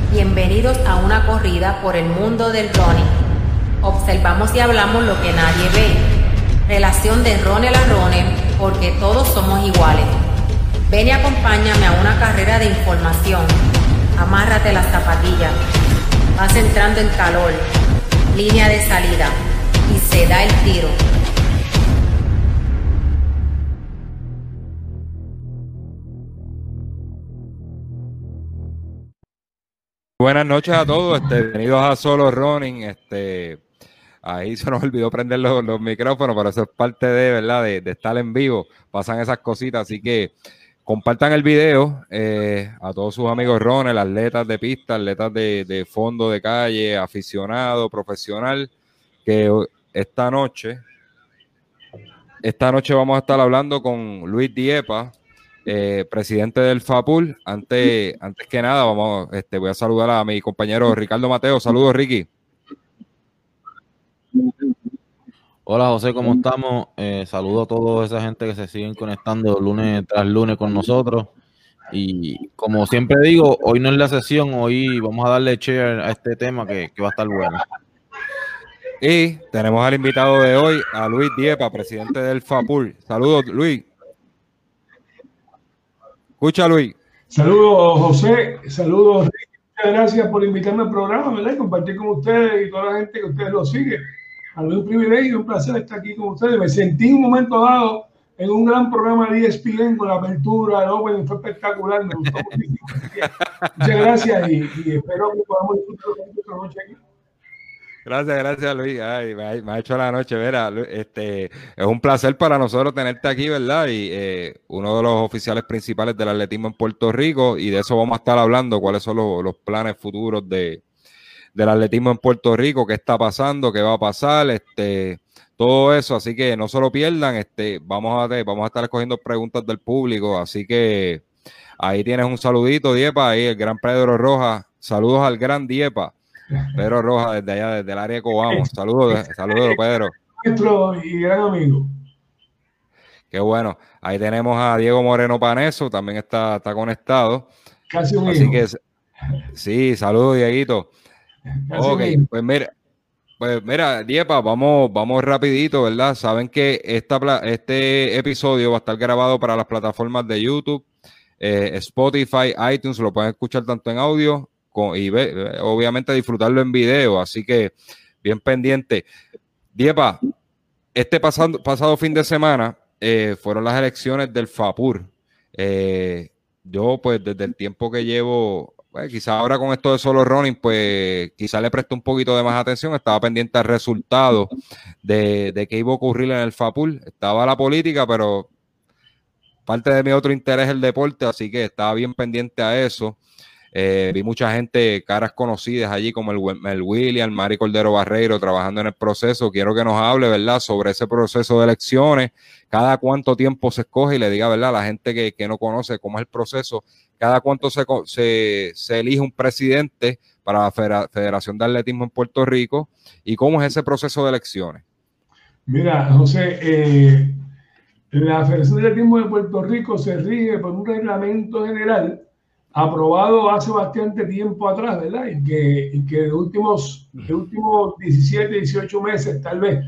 Bienvenidos a una corrida por el mundo del running. Observamos y hablamos lo que nadie ve. Relación de runner a runner, porque todos somos iguales. Ven y acompáñame a una carrera de información. Amárrate las zapatillas. Vas entrando en calor. Línea de salida. Y se da el tiro. Buenas noches a todos, bienvenidos a Solo Running. Ahí se nos olvidó prender los micrófonos, pero eso es parte de, ¿verdad? De estar en vivo. Pasan esas cositas, así que compartan el video a todos sus amigos runners, atletas de pista, atletas de fondo de calle, aficionado, profesional, que esta noche vamos a estar hablando con Luis Diepa, presidente del FAPUL. Antes que nada, voy a saludar a mi compañero Ricardo Mateo. Saludos, Ricky. Hola, José, ¿cómo estamos? Saludo a toda esa gente que se siguen conectando lunes tras lunes con nosotros. Y como siempre digo, hoy no es la sesión, hoy vamos a darle share a este tema que va a estar bueno. Y tenemos al invitado de hoy, a Luis Diepa, presidente del FAPUL. Saludos, Luis. Escucha, Luis. Saludos, José. Saludos, Ricky. Muchas gracias por invitarme al programa, ¿verdad? Y compartir con ustedes y toda la gente que ustedes lo sigue. A mí es un privilegio, un placer estar aquí con ustedes. Me sentí en un momento dado en un gran programa de ESPN con la apertura, el Open, fue espectacular. Me gustó muchísimo. Muchas gracias y espero que podamos disfrutar esta noche aquí. Gracias, Luis. Ay, me ha hecho la noche. Mira, es un placer para nosotros tenerte aquí, ¿verdad? Y uno de los oficiales principales del atletismo en Puerto Rico, y de eso vamos a estar hablando, cuáles son los planes futuros del atletismo en Puerto Rico, qué está pasando, qué va a pasar, todo eso. Así que no se lo pierdan. Vamos a estar escogiendo preguntas del público, así que ahí tienes un saludito, Diepa, ahí el gran Pedro Rojas. Saludos al gran Diepa. Pedro Rojas, desde allá, desde el área de Coamo. Saludos, Pedro. Nuestro y gran amigo. Qué bueno. Ahí tenemos a Diego Moreno Paneso, también está conectado. Casi un Así hijo. que, sí, saludos, Dieguito. Ok, pues mira, Diepa, vamos rapidito, ¿verdad? Saben que este episodio va a estar grabado para las plataformas de YouTube, Spotify, iTunes, lo pueden escuchar tanto en audio y obviamente disfrutarlo en video, así que bien pendiente. Diepa, pasado fin de semana fueron las elecciones del FAPUR. Yo pues desde el tiempo que llevo, quizás ahora con esto de Solo Running, pues quizás le presté un poquito de más atención, estaba pendiente al resultado de qué iba a ocurrir en el FAPUR. Estaba la política, pero parte de mi otro interés es el deporte, así que estaba bien pendiente a eso. Vi mucha gente, caras conocidas allí como el William, Mari Cordero Barreiro, trabajando en el proceso. Quiero que nos hable, ¿verdad?, sobre ese proceso de elecciones, cada cuánto tiempo se escoge, y le diga, ¿verdad?, a la gente que no conoce cómo es el proceso, cada cuánto se elige un presidente para la Federación de Atletismo en Puerto Rico, y cómo es ese proceso de elecciones. Mira, José, la Federación de Atletismo de Puerto Rico se rige por un reglamento general aprobado hace bastante tiempo atrás, ¿verdad? Y que de últimos 17, 18 meses, tal vez,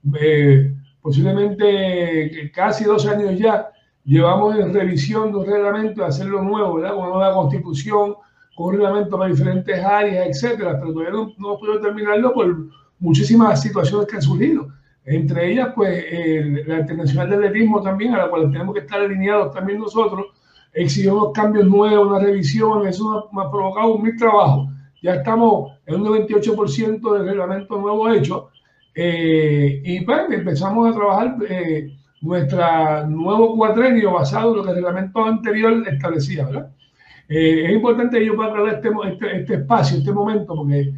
posiblemente casi 2 años ya, llevamos en revisión de un reglamento, de hacerlo nuevo, ¿verdad? Con una nueva constitución, con un reglamento para diferentes áreas, etcétera, pero todavía no hemos podido terminarlo por muchísimas situaciones que han surgido. Entre ellas, pues, la Internacional de Atletismo también, a la cual tenemos que estar alineados también nosotros, exigió unos cambios nuevos, una revisión. Eso me ha provocado un mil trabajo. Ya estamos en un 98% del reglamento nuevo hecho, y pues empezamos a trabajar nuestro nuevo cuatrenio basado en lo que el reglamento anterior establecía, ¿verdad? Es importante que yo pueda aclarar este espacio, este momento, porque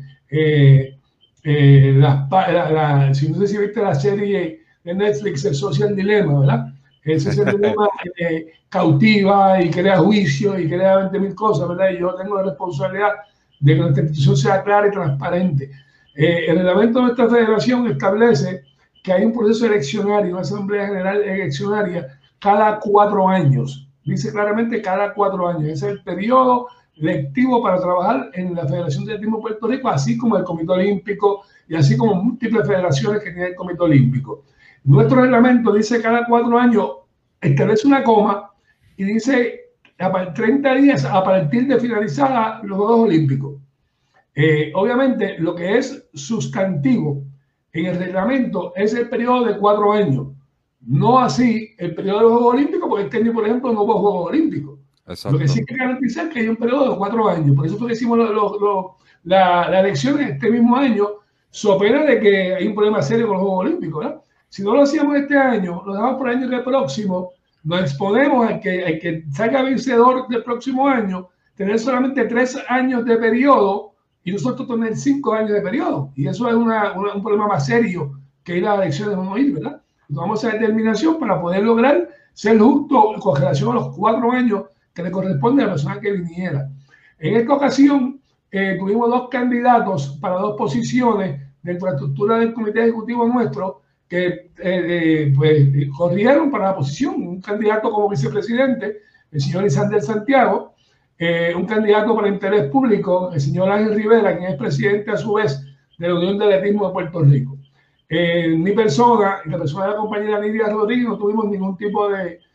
si no sé si viste la serie de Netflix, El Social Dilemma, ¿verdad? Ese Social Dilemma cautiva y crea juicio y crea 20.000 cosas, ¿verdad? Y yo tengo la responsabilidad de que nuestra institución sea clara y transparente. El reglamento de nuestra federación establece que hay un proceso eleccionario, una asamblea general eleccionaria cada 4 años. Dice claramente cada 4 años. Ese es el periodo lectivo para trabajar en la Federación de Atletismo de Puerto Rico, así como el Comité Olímpico y así como múltiples federaciones que tiene el Comité Olímpico. Nuestro reglamento dice cada 4 años establece una coma y dice 30 días a partir de finalizada los Juegos Olímpicos. Obviamente, lo que es sustantivo en el reglamento es el periodo de 4 años. No así el periodo de los Juegos Olímpicos, porque este año, por ejemplo, no hubo Juegos Olímpicos. Exacto. Lo que sí hay que garantizar es que hay un periodo de 4 años. Por eso fue que hicimos la elección este mismo año, so pena de que hay un problema serio con los Juegos Olímpicos, ¿verdad? Si no lo hacíamos este año, lo dejamos por el año que próximo, nos exponemos a que salga vencedor del próximo año, tener solamente 3 años de periodo y nosotros tener 5 años de periodo. Y eso es un problema más serio que ir a las elecciones de no ir, ¿verdad? Tomamos esa determinación para poder lograr ser justo con relación a los 4 años que le corresponde a la persona que viniera. En esta ocasión tuvimos 2 candidatos para 2 posiciones de infraestructura del comité ejecutivo nuestro que pues corrieron para la posición. Un candidato como vicepresidente, el señor Isander Santiago, un candidato para interés público, el señor Ángel Rivera, quien es presidente a su vez de la Unión de Atletismo de Puerto Rico. Mi persona y la persona de la compañera Nidia Rodríguez no tuvimos ningún tipo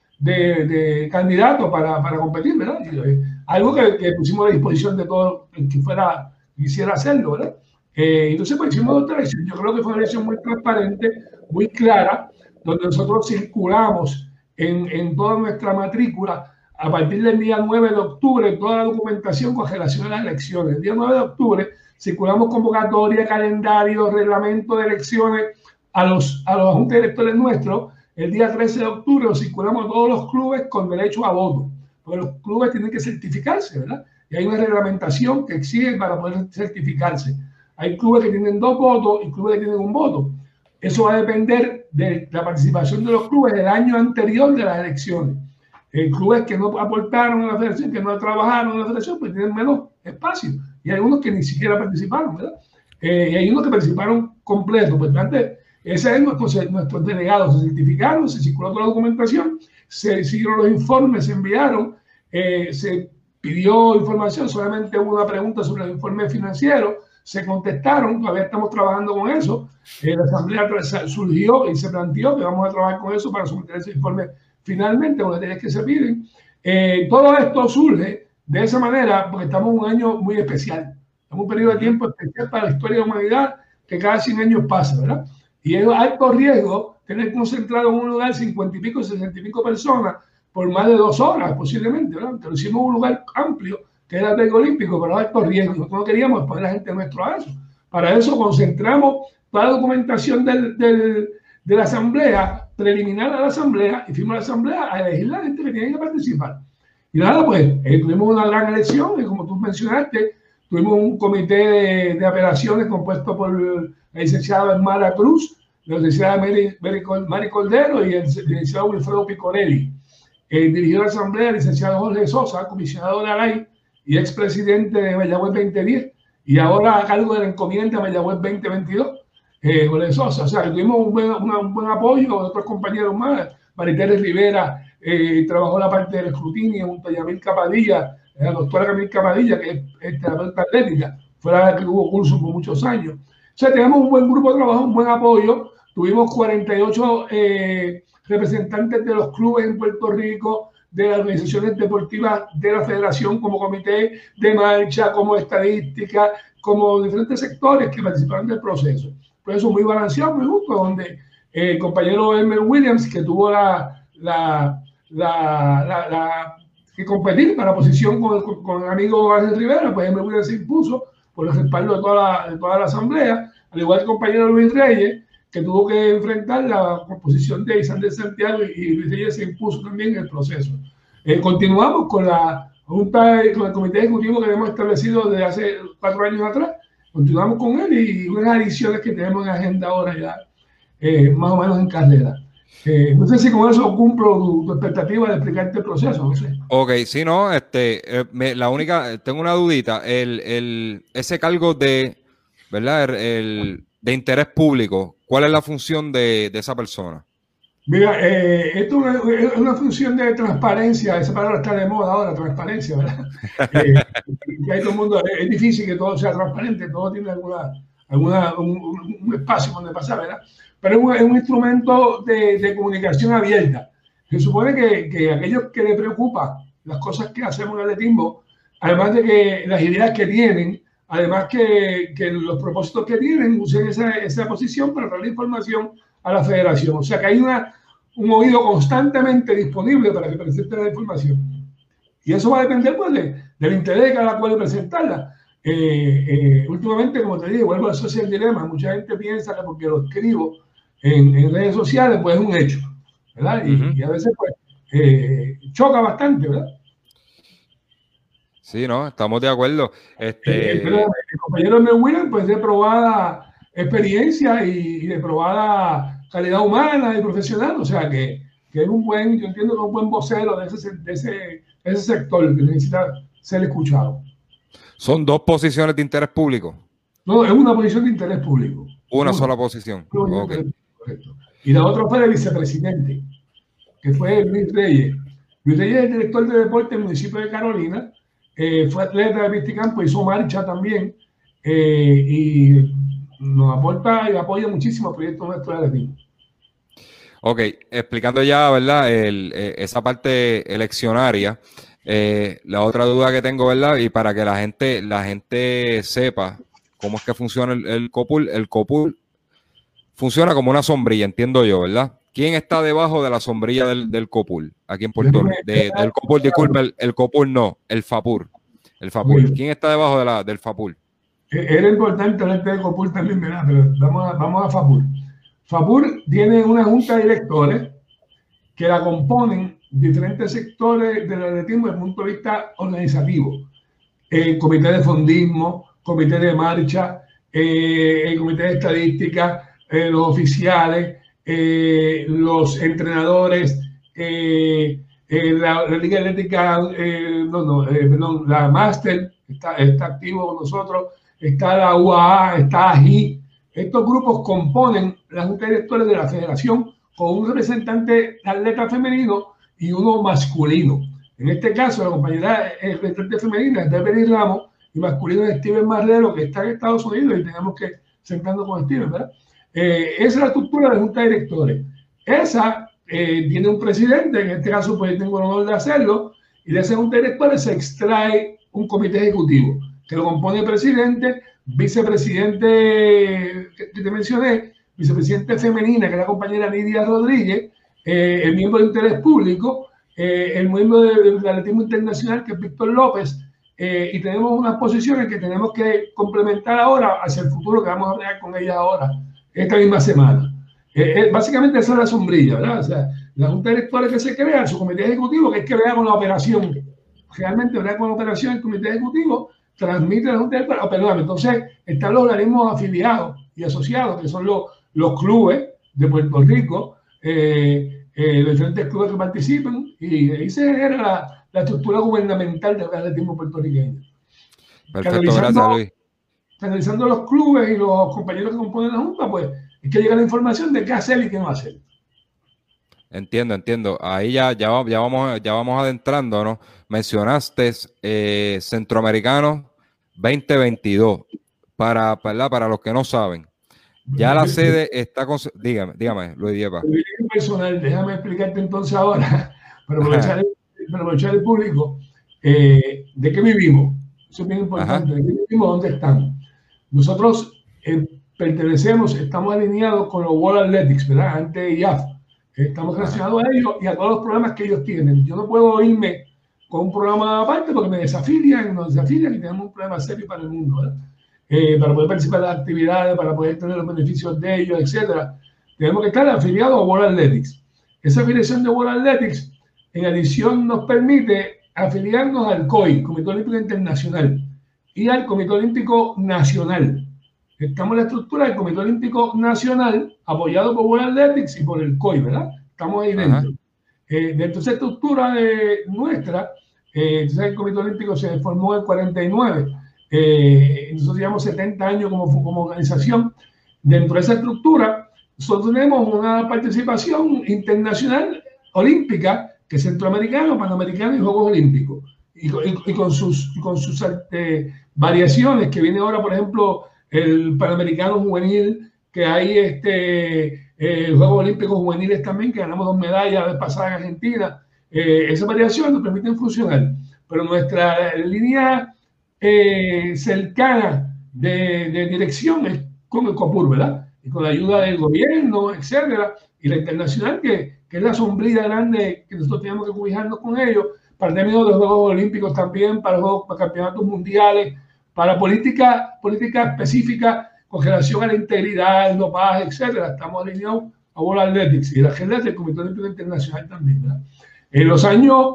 de candidato para competir, ¿verdad? Algo que pusimos a disposición de todo el que quisiera hacerlo, ¿verdad? Entonces, pues hicimos otra elección. Yo creo que fue una elección muy transparente, muy clara, donde nosotros circulamos en toda nuestra matrícula a partir del día 9 de octubre toda la documentación con relación a las elecciones. El día 9 de octubre circulamos convocatoria, calendario, reglamento de elecciones a los juntas electores nuestros. El día 13 de octubre lo circulamos a todos los clubes con derecho a voto, porque los clubes tienen que certificarse, ¿verdad? Y hay una reglamentación que exige para poder certificarse. Hay clubes que tienen 2 votos y clubes que tienen 1 voto. Eso va a depender de la participación de los clubes el año anterior de las elecciones. Clubes que no aportaron a la federación, que no trabajaron en la federación, pues tienen menos espacio. Y hay unos que ni siquiera participaron, ¿verdad? Y hay unos que participaron completo. Pues antes, ese es nuestros delegados. Se certificaron, se circuló toda la documentación, se siguieron los informes, se enviaron, se pidió información, solamente hubo una pregunta sobre el informe financiero, se contestaron, todavía estamos trabajando con eso. La asamblea surgió y se planteó que vamos a trabajar con eso para someter ese informe finalmente, con las leyes que se piden. Todo esto surge de esa manera porque estamos en un año muy especial. Es un periodo de tiempo especial para la historia de la humanidad que cada 100 años pasa, ¿verdad? Y es alto riesgo tener concentrado en un lugar 50 y pico, 60 y pico personas por más de 2 horas posiblemente, ¿verdad? Que lo hicimos en un lugar amplio, que era el Juego Olímpico, pero alto riesgo. Nosotros no queríamos exponer a la gente nuestro a eso. Para eso concentramos toda la documentación de la asamblea, preliminar a la asamblea, y fuimos a la asamblea a elegir la gente que tiene que participar. Y nada, pues tuvimos una gran elección, y como tú mencionaste, tuvimos un comité de apelaciones compuesto por la licenciada Mara Cruz, la licenciada Mari Cordero y el licenciado Wilfredo Picorelli. Dirigió la asamblea el licenciado Jorge Sosa, comisionado de la ley y expresidente de Mayagüez 2010, y ahora a cargo de la encomienda Mayagüez 2022, Jorge Sosa. O sea, que tuvimos un buen apoyo de otros compañeros más. Mariteres Rivera trabajó la parte del escrutinio junto a Yamil Capadilla, la doctora Yamil Capadilla, que es terapeuta atlética, fue la que hubo curso por muchos años. O sea, tenemos un buen grupo de trabajo, un buen apoyo. Tuvimos 48 representantes de los clubes en Puerto Rico, de las organizaciones deportivas de la federación, como comité de marcha, como estadística, como diferentes sectores que participaron del proceso. Por eso muy balanceado, muy justo, donde el compañero Elmer Williams, que tuvo que competir para la posición con el amigo Ángel Rivera, pues Elmer Williams se impuso por el respaldo de toda la asamblea, al igual que el compañero Luis Reyes, que tuvo que enfrentar la composición de Isander Santiago, y Luis Reyes se impuso también en el proceso. Continuamos con la Junta, con el comité ejecutivo que hemos establecido desde hace 4 años atrás. Continuamos con él y unas adiciones que tenemos en agenda ahora ya, más o menos en carrera. No sé si con eso cumplo tu expectativa de explicarte el proceso, no sé. Ok, sí, no, tengo una dudita, ese cargo de, ¿verdad? De interés público, ¿cuál es la función de esa persona? Mira, esto es una función de transparencia, esa palabra está de moda ahora, transparencia, ¿verdad? Y hay todo el mundo, es difícil que todo sea transparente, todo tiene un espacio donde pasar, ¿verdad? Pero es un instrumento de comunicación abierta. Se supone que aquellos que les preocupa las cosas que hacemos en el atletismo, además de que las ideas que tienen, además que los propósitos que tienen, usen esa posición para dar la información a la federación. O sea que hay un oído constantemente disponible para que presente la información. Y eso va a depender pues, del interés de cada cual de presentarla. Últimamente, como te digo, vuelvo al social dilema. Mucha gente piensa que porque lo escribo en redes sociales, pues es un hecho, ¿verdad? Y a veces pues choca bastante, ¿verdad? Sí, no, estamos de acuerdo. Pero el compañero William, pues de probada experiencia y de probada calidad humana y profesional, o sea que es un buen, yo entiendo que es un buen vocero de ese sector que necesita ser escuchado. ¿Son dos posiciones de interés público? No, es una posición de interés público. Una sola posición. Okay. Correcto. Y la otra fue de vicepresidente, que fue Luis Reyes. Luis Reyes es el director de deporte del municipio de Carolina, fue atleta de piscicampo, hizo marcha también, y nos aporta y apoya muchísimo proyectos nuestros de atletismo. Ok, explicando ya, ¿verdad? Esa parte eleccionaria, la otra duda que tengo, ¿verdad? Y para que la gente sepa cómo es que funciona el COPUL funciona como una sombrilla, entiendo yo, ¿verdad? ¿Quién está debajo de la sombrilla del COPUL aquí en Puerto Rico? Del COPUL, disculpa, el COPUL no, el FAPUR. El FAPUR. ¿Quién está debajo del FAPUR? Era importante hablarte del COPUL también, ¿verdad? Pero vamos a FAPUR. FAPUR tiene una junta de directores que la componen diferentes sectores del atletismo desde el punto de vista organizativo. El comité de fondismo, comité de marcha, el comité de estadística, los oficiales, los entrenadores, la Liga Atlética, la Máster está activo con nosotros, está la UAA, está AGI. Estos grupos componen la junta de directores de la federación con un representante atleta femenino y uno masculino. En este caso, la compañera representante femenina es Beverly Ramos y masculino es Steven Marrero, que está en Estados Unidos y tenemos que sentarnos con Steven, ¿verdad? Esa es la estructura de la junta de directores. Esa tiene un presidente, en este caso pues tengo el honor de hacerlo, y de esa junta de directores se extrae un comité ejecutivo que lo compone el presidente, vicepresidente que te mencioné, vicepresidente femenina, que es la compañera Nidia Rodríguez, el miembro de interés público, el miembro del atletismo internacional, que es Víctor López, y tenemos unas posiciones que tenemos que complementar ahora hacia el futuro, que vamos a hablar con ellas ahora, esta misma semana. Básicamente esa es la sombrilla, ¿verdad? O sea, la junta de directores que se crea, su comité ejecutivo, que es que vea con la operación. Realmente vea con la operación el comité ejecutivo, transmite a la junta de directores, perdón, entonces están los organismos afiliados y asociados, que son los clubes de Puerto Rico, los diferentes clubes que participan, y ahí se genera la estructura gubernamental del atletismo puertorriqueño. Perfecto, gracias, Luis. Analizando los clubes y los compañeros que componen la junta, pues es que llega la información de qué hacer y qué no hacer. Entiendo. Ahí ya vamos adentrando, ¿no? Mencionaste Centroamericano 2022. Para los que no saben, ya la sede está con... Dígame, Luis Diepa. Personal, déjame explicarte entonces ahora, para aprovechar el público, de qué vivimos. Eso es bien importante. ¿De qué vivimos? ¿Dónde estamos? Nosotros estamos alineados con los World Athletics, ¿verdad? Antes IAF. Estamos relacionados a ellos y a todos los programas que ellos tienen. Yo no puedo irme con un programa aparte porque nos desafilian y tenemos un problema serio para el mundo, ¿verdad? Para poder participar en las actividades, para poder tener los beneficios de ellos, etcétera. Tenemos que estar afiliados a World Athletics. Esa afiliación de World Athletics, en adición, nos permite afiliarnos al COI, Comité Olímpico Internacional, y al Comité Olímpico Nacional. Estamos en la estructura del Comité Olímpico Nacional, apoyado por World Athletics y por el COI, ¿verdad? Estamos ahí dentro. Dentro de esa estructura nuestra, el Comité Olímpico se formó en 49. Nosotros llevamos 70 años como organización. Dentro de esa estructura, nosotros tenemos una participación internacional olímpica, que es centroamericano, panamericano y Juegos Olímpicos, y con sus variaciones, que viene ahora, por ejemplo, el Panamericano Juvenil, que hay Juegos Olímpicos Juveniles también, que ganamos 2 medallas la vez pasada en Argentina. Esas variaciones nos permiten funcionar, pero nuestra línea cercana de dirección es con el COPUR, ¿verdad? Y con la ayuda del gobierno, etcétera, y la internacional, que es la sombrilla grande que nosotros tenemos que cobijarnos con ellos, para términos de los Juegos Olímpicos también, para campeonatos mundiales, para política específica con relación a la integridad, el dopaje, etcétera. Estamos alineados a World Athletics y la agenda del Comité Olímpico Internacional también, ¿verdad? En los años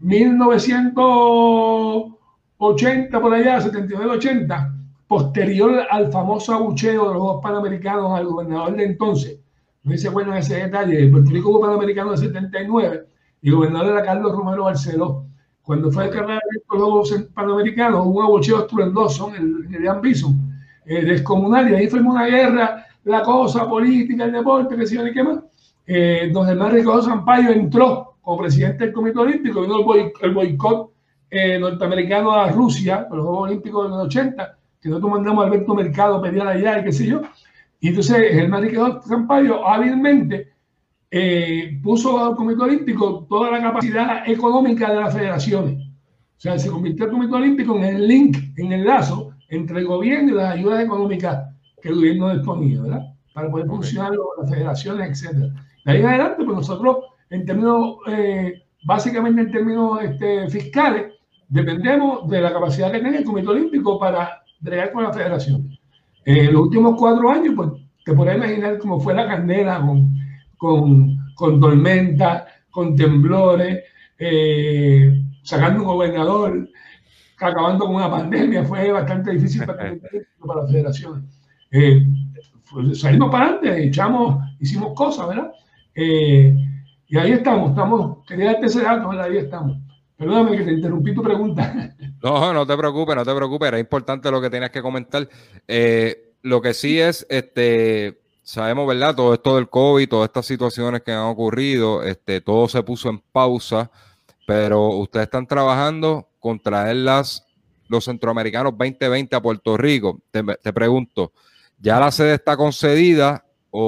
1980, por allá, 79-80, posterior al famoso abucheo de los Juegos Panamericanos al gobernador de entonces, no se acuerdan ese detalle, el Puerto Rico hubo Panamericano de 79 y el gobernador era Carlos Romero Barceló. Cuando fue a declarar estos Juegos Panamericanos, hubo un abucheo estruendoso en el Ian Bison, descomunal, y ahí fue una guerra, la cosa política, el deporte, que se yo ni qué más. Don Germán Ricardo Sampaio entró como presidente del Comité Olímpico, vino el boicot norteamericano a Rusia, por los Juegos Olímpicos de los 80, que nosotros mandamos a Alberto Mercado a pelear allá y qué sé yo. Y entonces Germán Ricardo Sampaio hábilmente puso bajo el Comité Olímpico toda la capacidad económica de las federaciones. O sea, se convirtió el Comité Olímpico en el link, en el lazo entre el gobierno y las ayudas económicas que el gobierno disponía, ¿verdad? Para poder funcionar las federaciones, etc. De ahí en adelante, pues nosotros, en términos, básicamente en términos fiscales, dependemos de la capacidad que tiene el Comité Olímpico para bregar con la federación. En los últimos 4 años, pues te podrás imaginar cómo fue la candela con tormentas, con temblores, sacando un gobernador, acabando con una pandemia. Fue bastante difícil para las federaciones. Pues salimos para adelante, hicimos cosas, ¿verdad? Y ahí estamos, quería darte ese dato, ¿verdad? Ahí estamos. Perdóname que te interrumpí tu pregunta. No te preocupes, era importante lo que tenías que comentar. Lo que sí es, sabemos, ¿verdad? Todo esto del COVID, todas estas situaciones que han ocurrido, todo se puso en pausa, pero ustedes están trabajando con traer los centroamericanos 2020 a Puerto Rico. Te pregunto, ¿ya la sede está concedida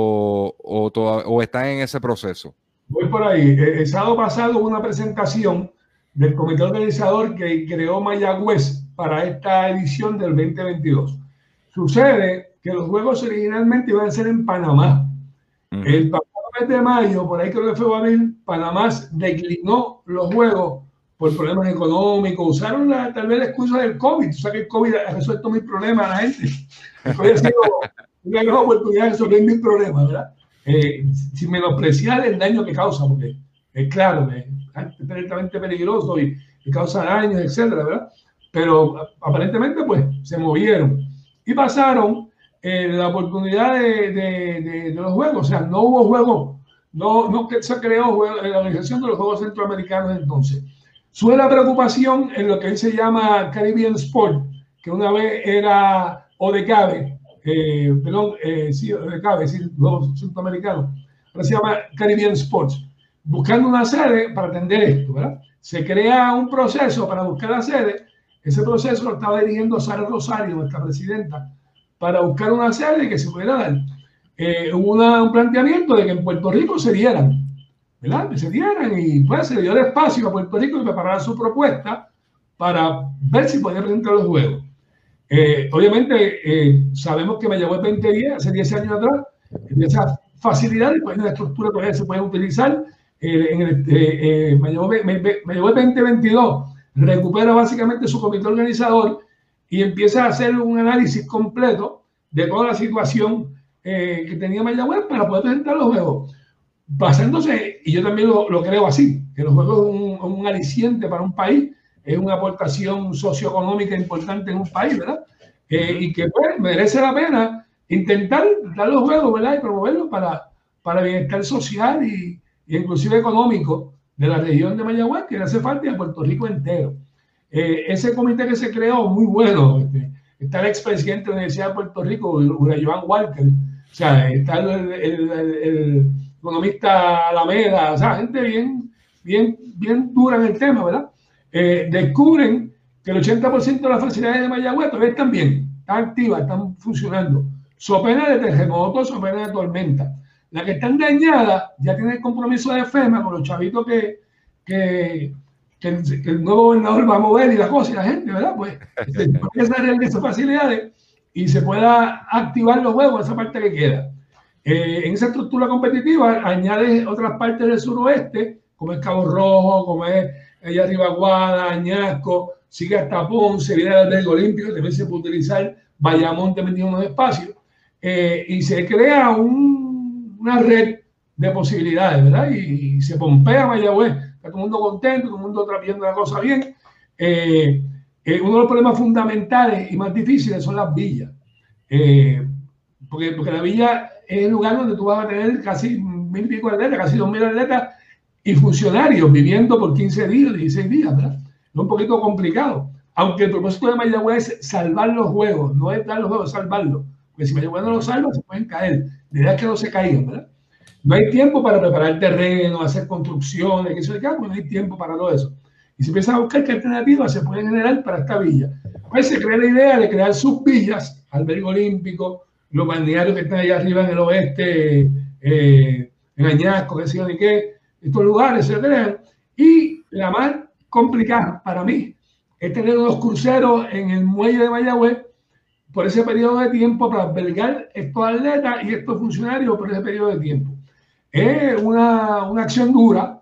o están en ese proceso? Voy por ahí. El sábado pasado hubo una presentación del comité organizador que creó Mayagüez para esta edición del 2022. Sucede que los juegos originalmente iban a ser en Panamá. El pasado mes de mayo, por ahí creo que fue abril, Panamá declinó los juegos por problemas económicos. Usaron tal vez la excusa del COVID. O sea que el COVID ha resuelto mis problemas a la gente. El COVID ha sido una gran oportunidad de resolver mis problemas, ¿verdad? Sin menospreciar el daño que causa, porque es claro, es perfectamente peligroso y causa daños, etcétera, ¿verdad? Pero aparentemente, pues, se movieron y pasaron la oportunidad de los juegos. O sea, no hubo juegos, no se creó la organización de los Juegos Centroamericanos entonces. Sube la preocupación en lo que hoy se llama Caribbean Sport, que una vez era ODCABE, Juegos Centroamericanos, ahora se llama Caribbean Sports, buscando una sede para atender esto, ¿verdad? Se crea un proceso para buscar la sede. Ese proceso lo estaba dirigiendo Sara Rosario, nuestra presidenta, para buscar una sede que se pudiera dar. Hubo un planteamiento de que en Puerto Rico se dieran, ¿verdad? Que se dieran, y pues se dio el espacio a Puerto Rico y preparar su propuesta para ver si podía presentar los juegos. Obviamente, sabemos que Mayagüez 2010, hace 10 años atrás, en esa facilidad, y pues una estructura que se puede utilizar. Mayagüez 2022 recupera básicamente su comité organizador y empieza a hacer un análisis completo de toda la situación que tenía Mayagüez para poder presentar los juegos. Basándose, y yo también lo creo así, que los juegos es un aliciente para un país, es una aportación socioeconómica importante en un país, ¿verdad? Y que pues merece la pena intentar dar los juegos, ¿verdad? Y promoverlos para bienestar social y inclusive económico de la región de Mayagüez, que le hace falta, y a Puerto Rico entero. Ese comité que se creó, muy bueno. Está el expresidente de la Universidad de Puerto Rico, Joan Walker, sea, está el economista Alameda, o sea, gente bien dura en el tema, ¿verdad? Descubren que el 80% de las facilidades de Mayagüez todavía están bien, están activas, están funcionando. So pena de terremotos, so pena de tormenta. Las que están dañadas ya tienen el compromiso de FEMA con los chavitos que el nuevo gobernador va a mover y la cosa y la gente, ¿verdad? Pues que se arreglen esas facilidades y se pueda activar los juegos, esa parte que queda. En esa estructura competitiva añades otras partes del suroeste, como es Cabo Rojo, como es allá arriba Aguada, Añasco, sigue hasta Ponce, viene el albergue olímpico, también se puede utilizar Bayamón, también tiene unos espacios, y se crea una red de posibilidades, ¿verdad? Y se pompea Mayagüez, está todo el mundo contento, todo el mundo viendo la cosa bien. Uno de los problemas fundamentales y más difíciles son las villas, porque la villa es el lugar donde tú vas a tener casi 1,000 y pico de atletas, casi 2,000 atletas y funcionarios viviendo por 15 días, 16 días, ¿verdad? Es un poquito complicado. Aunque el propósito de Mayagüez es salvar los juegos, no es dar los juegos, es salvarlos. Porque si Mayagüez no los salva, se pueden caer. La idea es que no se caigan, ¿verdad? No hay tiempo para preparar el terreno, hacer construcciones, que eso de campo, no hay tiempo para todo eso. Y si empiezan a buscar qué alternativas se pueden generar para esta villa. Pues se crea la idea de crear subvillas, albergue olímpico, los balnearios que están allá arriba en el oeste, en Añasco, qué sé yo ni qué, estos lugares se crean. Y la más complicada para mí es tener unos cruceros en el muelle de Mayagüez por ese periodo de tiempo para albergar estos atletas y estos funcionarios por ese periodo de tiempo. Es una acción dura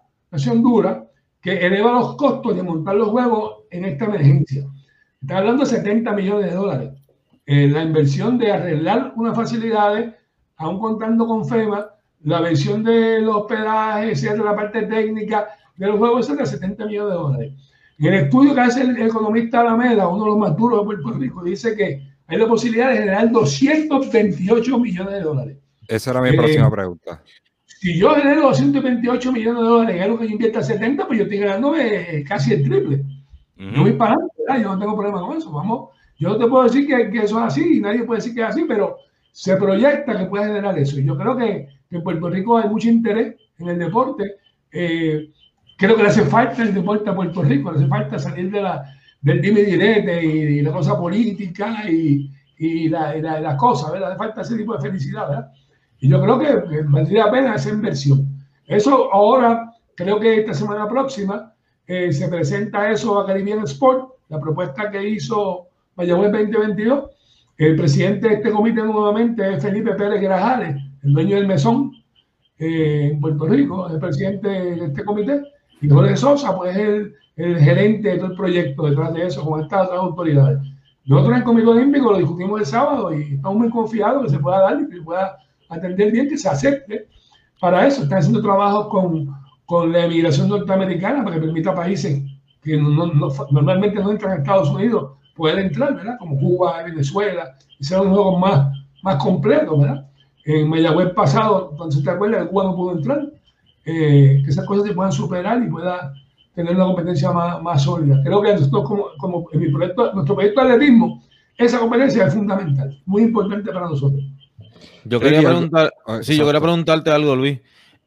que eleva los costos de montar los juegos en esta emergencia. Está hablando de $70 millones. La inversión de arreglar unas facilidades, aún contando con FEMA, la versión de los hospedajes, la parte técnica de los juegos, es de $70 millones. En el estudio que hace el economista Alameda, uno de los más duros de Puerto Rico, dice que hay la posibilidad de generar $228 millones. Esa era mi próxima pregunta. Si yo genero $228 millones en algo que yo invierta 70, pues yo estoy ganando casi el triple. Yo voy para adelante, ¿verdad? Yo no tengo problema con eso. Vamos, yo no te puedo decir que eso es así y nadie puede decir que es así, pero se proyecta que puede generar eso. Y yo creo que en Puerto Rico hay mucho interés en el deporte. Creo que le hace falta el deporte a Puerto Rico, le hace falta salir del dime y direte y la cosa política y la cosa, ¿verdad? Le hace falta ese tipo de felicidad, ¿verdad? Y yo creo que valdría la pena esa inversión. Eso ahora, creo que esta semana próxima, se presenta eso a Caribbean Sport, la propuesta que hizo Mayagüez 2022. El presidente de este comité nuevamente es Felipe Pérez Grajales, el dueño del Mesón en Puerto Rico, el presidente de este comité. Y Jorge Sosa, pues es el gerente de todo el proyecto detrás de eso, con estas otras autoridades. Nosotros en el Comité Olímpico lo discutimos el sábado y estamos muy confiados que se pueda dar y que se pueda atender bien, que se acepte. Para eso están haciendo trabajos con la emigración norteamericana para que permita a países que normalmente no entran a Estados Unidos poder entrar, ¿verdad? Como Cuba, Venezuela, y ser unos juegos más completos, ¿verdad? En Mayagüez pasado, cuando se te acuerda, que Cuba no pudo entrar, que esas cosas se puedan superar y pueda tener una competencia más sólida. Creo que nosotros, como en nuestro proyecto de atletismo, esa competencia es fundamental, muy importante para nosotros. Yo quería preguntarte algo, Luis.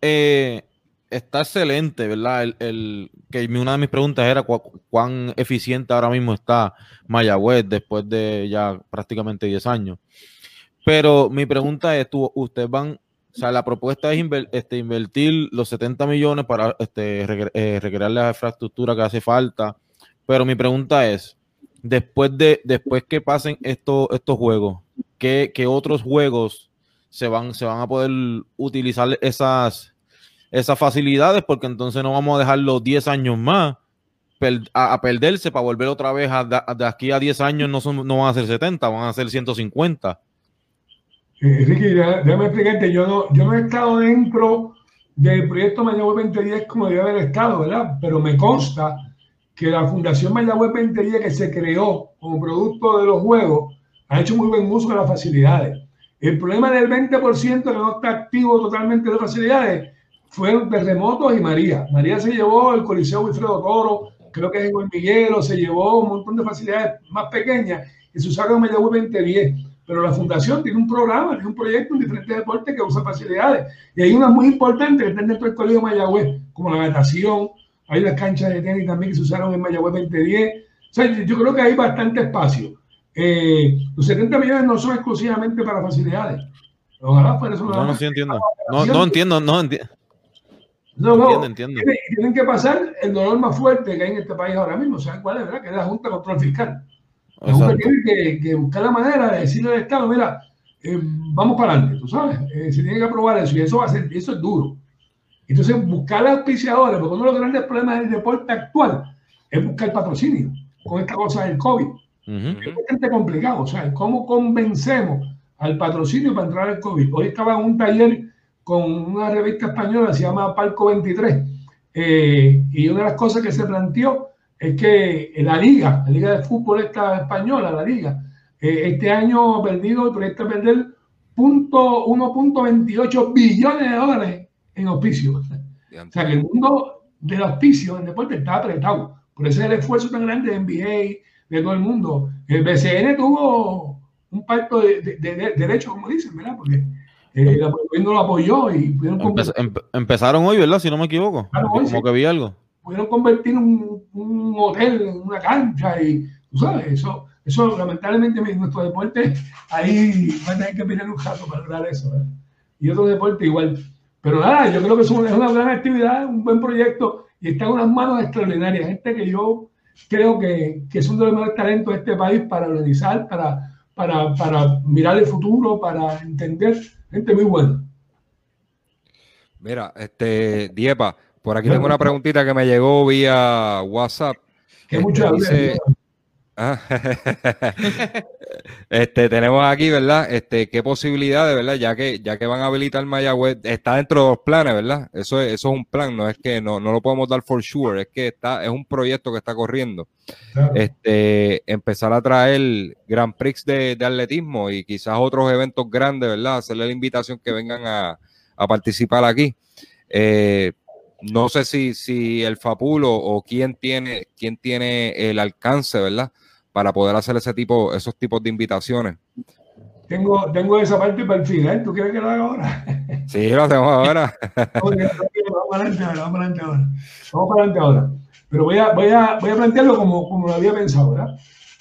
Está excelente, ¿verdad? Que una de mis preguntas era cuán eficiente ahora mismo está Mayagüez después de ya prácticamente 10 años. Pero mi pregunta es, ustedes van, o sea, la propuesta es invertir los 70 millones para recrear la infraestructura que hace falta. Pero mi pregunta es, después que pasen estos juegos, ¿qué otros juegos se van a poder utilizar esas facilidades? Porque entonces no vamos a dejar los 10 años más a perderse para volver otra vez de aquí a 10 años. No van a ser 70, van a ser 150. Ricky, déjame explicarte, yo no he estado dentro del proyecto Mayagüez 2010 como debe haber estado, ¿verdad? Pero me consta que la Fundación Mayagüez 2010, que se creó como producto de los juegos, ha hecho muy buen uso de las facilidades. El problema del 20% que no está activo totalmente de las facilidades fueron terremotos y María. María se llevó el Coliseo Wilfredo Toro, creo que es en Juan Miguelo, se llevó un montón de facilidades más pequeñas y se usaron en Mayagüez 2010. pero la fundación tiene un programa, tiene un proyecto en diferentes deportes que usa facilidades. Y hay unas muy importantes que están dentro del Colegio Mayagüez, como la natación, hay unas canchas de tenis también que se usaron en Mayagüez 2010. O sea, yo creo que hay bastante espacio. Los 70 millones no son exclusivamente para facilidades. Ojalá fuera eso. No, sí entiendo. No entiendo. Entiendo. Tienen que pasar el dolor más fuerte que hay en este país ahora mismo. ¿Saben cuál es? ¿Verdad? Que es la Junta de Control Fiscal. La Junta tiene que buscar la manera de decirle al Estado, mira, vamos para adelante, tú sabes. Se tiene que aprobar eso y eso va a ser, eso es duro. Entonces, buscar auspiciadores, porque uno de los grandes problemas del deporte actual es buscar patrocinio con esta cosa del COVID. Es bastante complicado. O sea, ¿cómo convencemos al patrocinio para entrar al COVID? Hoy estaba en un taller con una revista española, se llama Palco 23, y una de las cosas que se planteó es que la liga de fútbol esta española, la liga, este año ha perdido, proyecta perder 1.28 billones de dólares en auspicio. O sea, que el mundo del auspicio en deporte está apretado. Por eso es el esfuerzo tan grande de NBA, de todo el mundo. El BCN tuvo un pacto de derechos, como dicen, ¿verdad? Porque el gobierno lo apoyó y pudieron empezaron hoy, ¿verdad? Si no me equivoco. Claro, como que vi algo. Pudieron convertir un hotel en una cancha y, tú sabes, eso lamentablemente en nuestro deporte ahí van a tener que pelear un jato para lograr eso, ¿verdad? Y otro deporte igual. Pero nada, yo creo que es una gran actividad, un buen proyecto y está en unas manos extraordinarias. Gente que yo creo que son de los mejores talentos de este país para organizar, para mirar el futuro, para entender. Gente muy buena. Mira, Diepa, por aquí tengo una preguntita que me llegó vía WhatsApp. Que mucho dice, tenemos aquí, ¿verdad? ¿Qué posibilidades, verdad? Ya que van a habilitar Mayagüez, está dentro de los planes, ¿verdad? Eso es un plan, no es que no lo podemos dar for sure, es que es un proyecto que está corriendo. Claro. Empezar a traer Grand Prix de atletismo y quizás otros eventos grandes, ¿verdad? Hacerle la invitación que vengan a participar aquí. No sé si el Fapulo o quién tiene el alcance, ¿verdad? Para poder hacer esos tipos de invitaciones. Tengo esa parte para el final. ¿Tú quieres que lo haga ahora? Sí, lo hacemos ahora. Vamos para adelante ahora. Pero voy a plantearlo como lo había pensado, ¿verdad?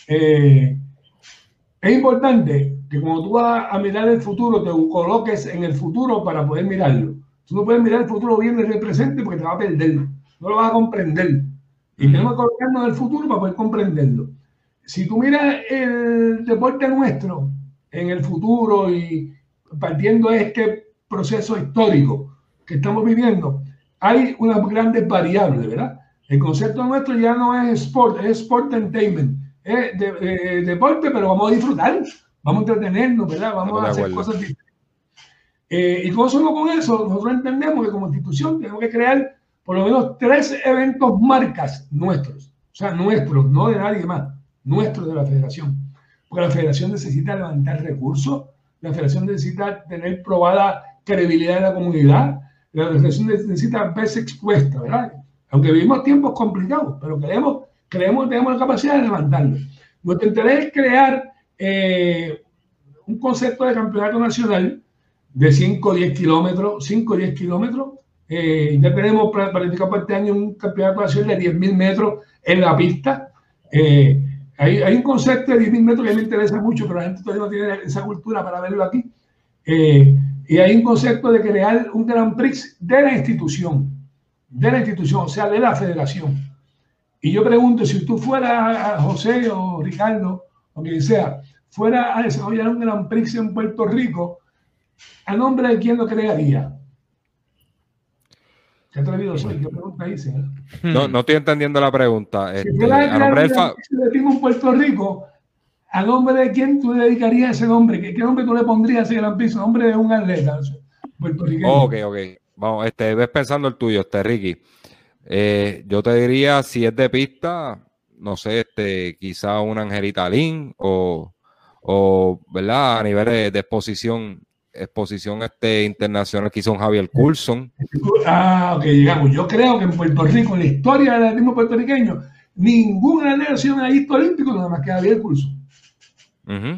Es importante que cuando tú vas a mirar el futuro, te coloques en el futuro para poder mirarlo. Tú no puedes mirar el futuro bien desde el presente porque te va a perder. No lo vas a comprender. Y tenemos que colocarnos en el futuro para poder comprenderlo. Si tú miras el deporte nuestro en el futuro y partiendo de este proceso histórico que estamos viviendo, hay unas grandes variables, ¿verdad? El concepto nuestro ya no es sport, es sportainment. Es deporte, pero vamos a disfrutar, vamos a entretenernos, ¿verdad? Vamos a hacer cosas diferentes. Y con eso, nosotros entendemos que como institución tenemos que crear por lo menos 3 eventos marcas nuestros. O sea, nuestros, no de nadie más. Nuestros de la federación. Porque la federación necesita levantar recursos, la federación necesita tener probada credibilidad en la comunidad, la federación necesita verse expuesta, ¿verdad? Aunque vivimos tiempos complicados, pero creemos que tenemos la capacidad de levantarlo. Nuestro interés es crear un concepto de campeonato nacional de 5 o 10 kilómetros. Ya tenemos planificado para este año un campeonato nacional de 10.000 metros en la pista. Hay un concepto de 10.000 metros que me interesa mucho, pero la gente todavía no tiene esa cultura para verlo aquí. Y hay un concepto de crear un Grand Prix de la institución, o sea, de la federación. Y yo pregunto, si tú fueras a José o Ricardo, o quien sea, fuera a desarrollar un Grand Prix en Puerto Rico, ¿a nombre de quién lo crearía? ¿Qué atrevido soy? ¿Qué pregunta hice? No estoy entendiendo la pregunta. Si fuera a nombre en Puerto Rico, ¿a nombre de quién tú le dedicarías ese nombre? ¿Qué nombre tú le pondrías a ese Grand Prix? Nombre de un atleta puertorriqueño. Ok. Vamos, ves pensando el tuyo, Ricky. Yo te diría, si es de pista, no sé, quizá una Angelita Lin o ¿verdad? A nivel de exposición internacional, quizá un Javier Coulson. Ok, digamos, yo creo que en Puerto Rico, en la historia del atletismo puertorriqueño, ningún atleta ha sido medallista olímpico, nada más que Javier Coulson.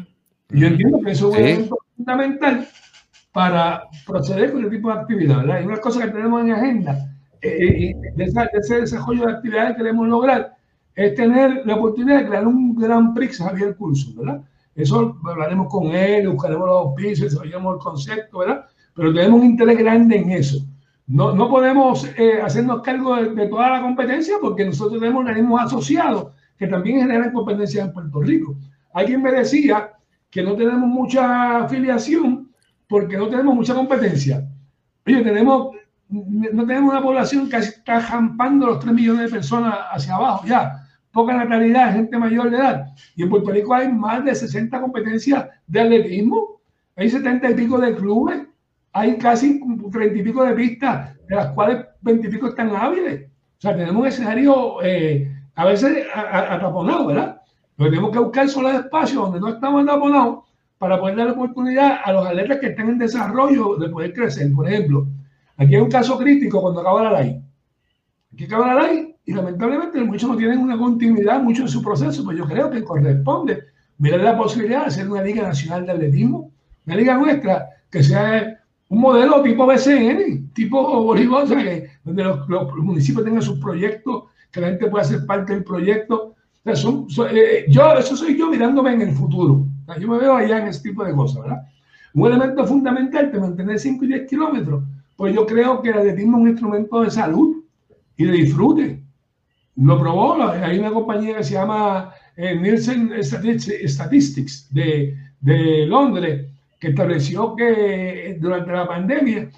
Y yo entiendo que eso es un elemento fundamental para proceder con este tipo de actividad, ¿verdad? Y una cosa que tenemos en agenda, de ese desarrollo de actividades que queremos lograr, es tener la oportunidad de crear un Grand Prix Javier Coulson, ¿verdad? Eso hablaremos con él, buscaremos los auspicios, desarrollamos el concepto, ¿verdad? Pero tenemos un interés grande en eso. No podemos hacernos cargo de toda la competencia porque nosotros tenemos organismos asociados que también generan competencias en Puerto Rico. Alguien me decía que no tenemos mucha afiliación porque no tenemos mucha competencia. Oye, no tenemos una población que está jampando los 3 millones de personas hacia abajo ya. Poca natalidad, gente mayor de edad. Y en Puerto Rico hay más de 60 competencias de atletismo. Hay 70 y pico de clubes. Hay casi 30 y pico de pistas, de las cuales 20 y pico están hábiles. O sea, tenemos un escenario a veces ataponado, ¿verdad? Lo que tenemos que buscar son los espacios donde no estamos ataponados para poder dar oportunidad a los atletas que estén en desarrollo de poder crecer. Por ejemplo, aquí hay un caso crítico cuando acaba la LAI. Aquí acaba la LAI y lamentablemente muchos no tienen una continuidad mucho en su proceso, pues yo creo que corresponde mirar la posibilidad de hacer una Liga Nacional de Atletismo, una liga nuestra que sea un modelo tipo BCN, tipo Bolívar, o sea, donde los municipios tengan sus proyectos, que la gente pueda ser parte del proyecto. O sea, eso soy yo mirándome en el futuro. O sea, yo me veo allá en ese tipo de cosas, ¿verdad? Un elemento fundamental de mantener 5 y 10 kilómetros, pues yo creo que el atletismo es un instrumento de salud y de disfrute. Lo probó, hay una compañía que se llama Nielsen Statistics de Londres, que estableció que durante la pandemia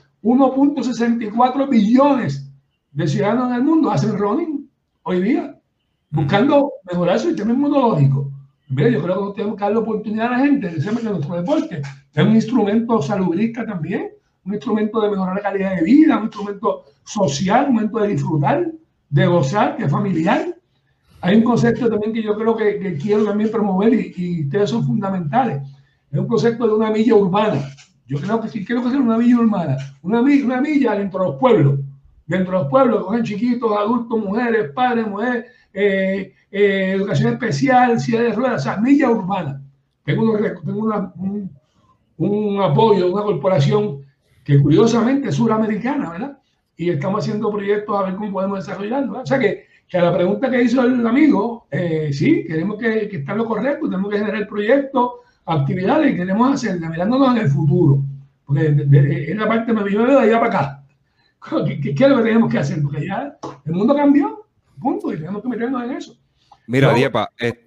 1.64 billones de ciudadanos en el mundo hacen running hoy día, buscando mejorar su sistema inmunológico. Mira, yo creo que tenemos que darle oportunidad a la gente de que nuestro deporte es un instrumento salubrista también, un instrumento de mejorar la calidad de vida, un instrumento social, un momento de disfrutar, de gozar, que es familiar. Hay un concepto también que yo creo que quiero también promover y ustedes son fundamentales. Es un concepto de una milla urbana. Yo creo que sí quiero que sea una milla urbana, una milla dentro de los pueblos. Dentro de los pueblos, cogen chiquitos, adultos, mujeres, padres, mujeres, educación especial, silla de ruedas, o sea, milla urbana. Tengo un apoyo de una corporación que curiosamente es suramericana, ¿verdad? Y estamos haciendo proyectos a ver cómo podemos desarrollarlo, ¿verdad? O sea que a la pregunta que hizo el amigo, sí, queremos que está lo correcto, tenemos que generar proyectos, actividades, y queremos hacerlas mirándonos en el futuro. Porque en la parte me veo de allá para acá. ¿Qué es lo que tenemos que hacer? Porque ya el mundo cambió, punto, y tenemos que meternos en eso. Mira, Diepa,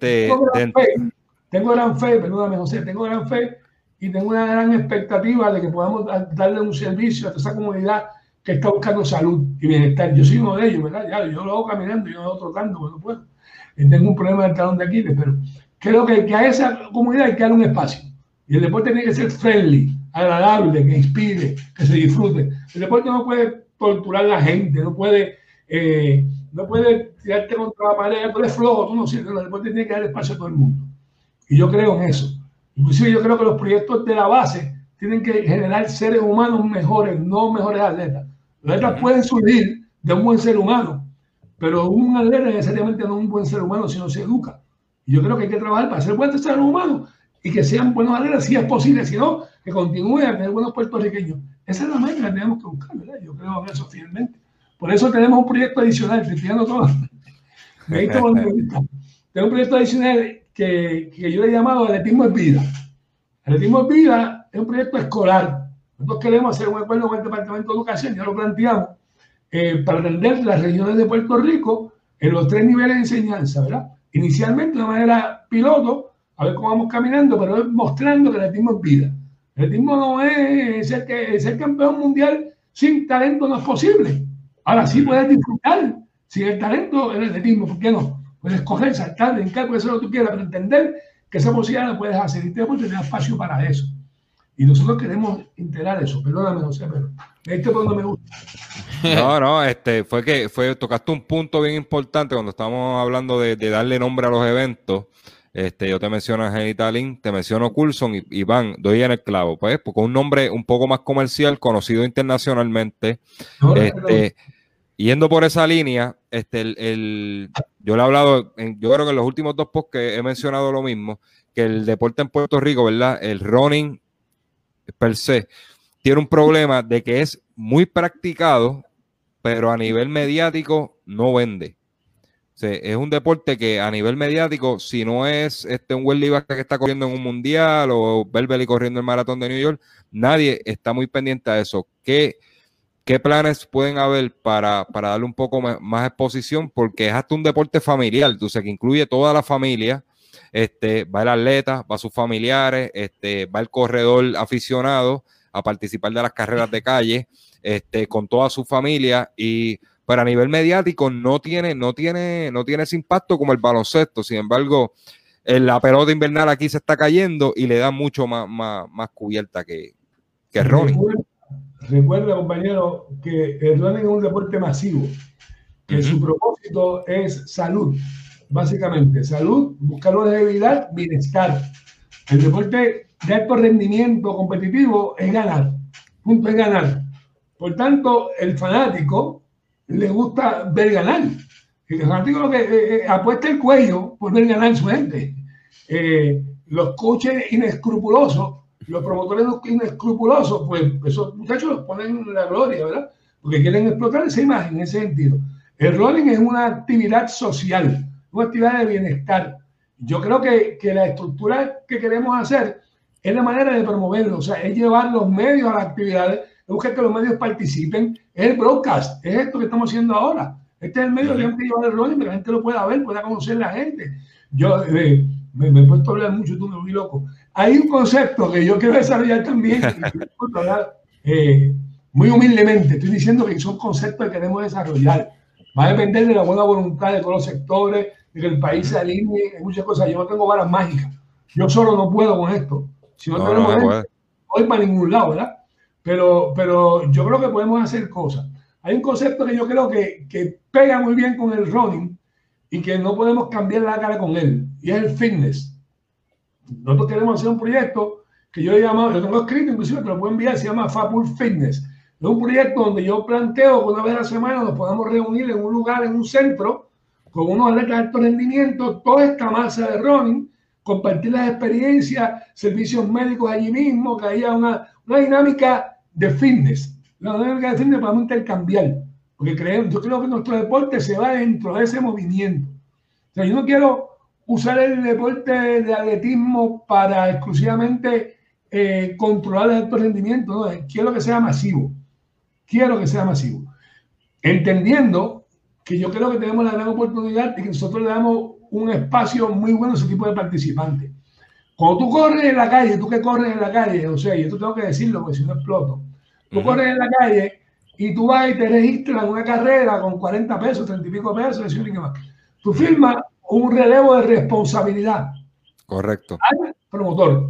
tengo gran fe, perdóname, José, tengo gran fe y tengo una gran expectativa de que podamos darle un servicio a toda esa comunidad que está buscando salud y bienestar. Yo soy uno de ellos, ¿verdad? Ya, yo lo hago caminando, yo lo hago trotando, cuando puedo. Tengo un problema del talón de Aquiles, pero creo que a esa comunidad hay que darle un espacio. Y el deporte tiene que ser friendly, agradable, que inspire, que se disfrute. El deporte no puede torturar a la gente, no puede tirarte contra la pared, tú eres flojo, tú no sirves. El deporte tiene que dar espacio a todo el mundo. Y yo creo en eso. Inclusive yo creo que los proyectos de la base tienen que generar seres humanos mejores, no mejores atletas. Los atletas pueden surgir de un buen ser humano, pero un atleta necesariamente no es un buen ser humano si no se educa. Y yo creo que hay que trabajar para ser buenos seres humanos y que sean buenos atletas si es posible, si no, que continúen a tener buenos puertorriqueños. Esa es la meta que tenemos que buscar, ¿verdad? Yo creo en eso fielmente. Por eso tenemos un proyecto adicional, estoy tirando todo. Tengo un proyecto adicional que yo le he llamado Atletismo es Vida. Atletismo es Vida es un proyecto escolar. Nosotros queremos hacer un acuerdo con el Departamento de Educación, ya lo planteamos, para atender las regiones de Puerto Rico en los 3 niveles de enseñanza, ¿verdad? Inicialmente de una manera piloto, a ver cómo vamos caminando, pero es mostrando que el atletismo es vida. El atletismo no es ser campeón mundial sin talento, no es posible. Ahora sí puedes disfrutar sin el talento el atletismo, ¿por qué no? Puedes correr, saltar, brincar, puedes hacer lo que tú quieras, pero entender que esa posibilidad la puedes hacer y tenemos que tener espacio para eso. Y nosotros queremos integrar eso. Perdóname, José, pero esto no me gusta. Tocaste un punto bien importante cuando estábamos hablando de darle nombre a los eventos. Yo te menciono a Genitalin, te menciono Coulson y van, doy en el clavo, pues, con un nombre un poco más comercial, conocido internacionalmente. Yendo por esa línea, yo le he hablado, yo creo que en los últimos 2 posts que he mencionado lo mismo, que el deporte en Puerto Rico, ¿verdad? El running per se tiene un problema de que es muy practicado, pero a nivel mediático no vende. O sea, es un deporte que a nivel mediático, si no es un Wesley Vázquez que está corriendo en un mundial o Belbeli corriendo el maratón de New York, nadie está muy pendiente a eso. ¿Qué planes pueden haber para darle un poco más exposición? Porque es hasta un deporte familiar, entonces que incluye toda la familia. Va el atleta, va sus familiares, va el corredor aficionado a participar de las carreras de calle, con toda su familia, pero a nivel mediático no tiene ese impacto como el baloncesto. Sin embargo, la pelota invernal aquí se está cayendo y le da mucho más cubierta que el running. Recuerda, compañero, que el running es un deporte masivo, que su propósito es salud, básicamente. Salud, buscar una debilidad, bienestar. El deporte de alto rendimiento competitivo es ganar. Punto, es ganar. Por tanto, el fanático le gusta ver ganar. El fanático lo que apuesta el cuello por ver ganar su gente. Los coaches inescrupulosos, los promotores inescrupulosos, pues esos muchachos los ponen en la gloria, ¿verdad? Porque quieren explotar esa imagen en ese sentido. El running es una actividad social, una actividad de bienestar. Yo creo que la estructura que queremos hacer es la manera de promoverlo, o sea, es llevar los medios a las actividades, es buscar que los medios participen, es el broadcast, es esto que estamos haciendo ahora. Este es el medio que hay que llevar el running, que la gente lo pueda ver, pueda conocer la gente. Yo me he puesto a hablar mucho, tú me volví loco. Hay un concepto que yo quiero desarrollar también, muy humildemente, estoy diciendo que son conceptos que queremos desarrollar. Va a depender de la buena voluntad de todos los sectores, de que el país se alinee, hay muchas cosas. Yo no tengo varas mágicas. Yo solo no puedo con esto. Si no tenemos esto, no voy para ningún lado, ¿verdad? Pero yo creo que podemos hacer cosas. Hay un concepto que yo creo que pega muy bien con el running y que no podemos cambiar la cara con él, y es el fitness. Nosotros queremos hacer un proyecto que yo he llamado, lo tengo escrito, inclusive te lo puedo enviar, se llama Fabul Fitness. Es un proyecto donde yo planteo que una vez a la semana nos podamos reunir en un lugar, en un centro, con unos atletas de alto rendimiento, toda esta masa de running, compartir las experiencias, servicios médicos allí mismo, que haya una dinámica de fitness. La dinámica de fitness podemos intercambiar, porque yo creo que nuestro deporte se va dentro de ese movimiento. O sea, yo no quiero usar el deporte de atletismo para exclusivamente controlar el alto rendimiento, no, quiero que sea masivo. Quiero que sea masivo. Entendiendo que yo creo que tenemos la gran oportunidad y que nosotros le damos un espacio muy bueno a ese tipo de participantes. Cuando tú corres en la calle, tú que corres en la calle, o sea, y esto tengo que decirlo porque si no exploto. Tú corres en la calle y tú vas y te registras en una carrera con 40 pesos, 30 y pico pesos, y qué más. Tú firmas un relevo de responsabilidad. Correcto. Al promotor.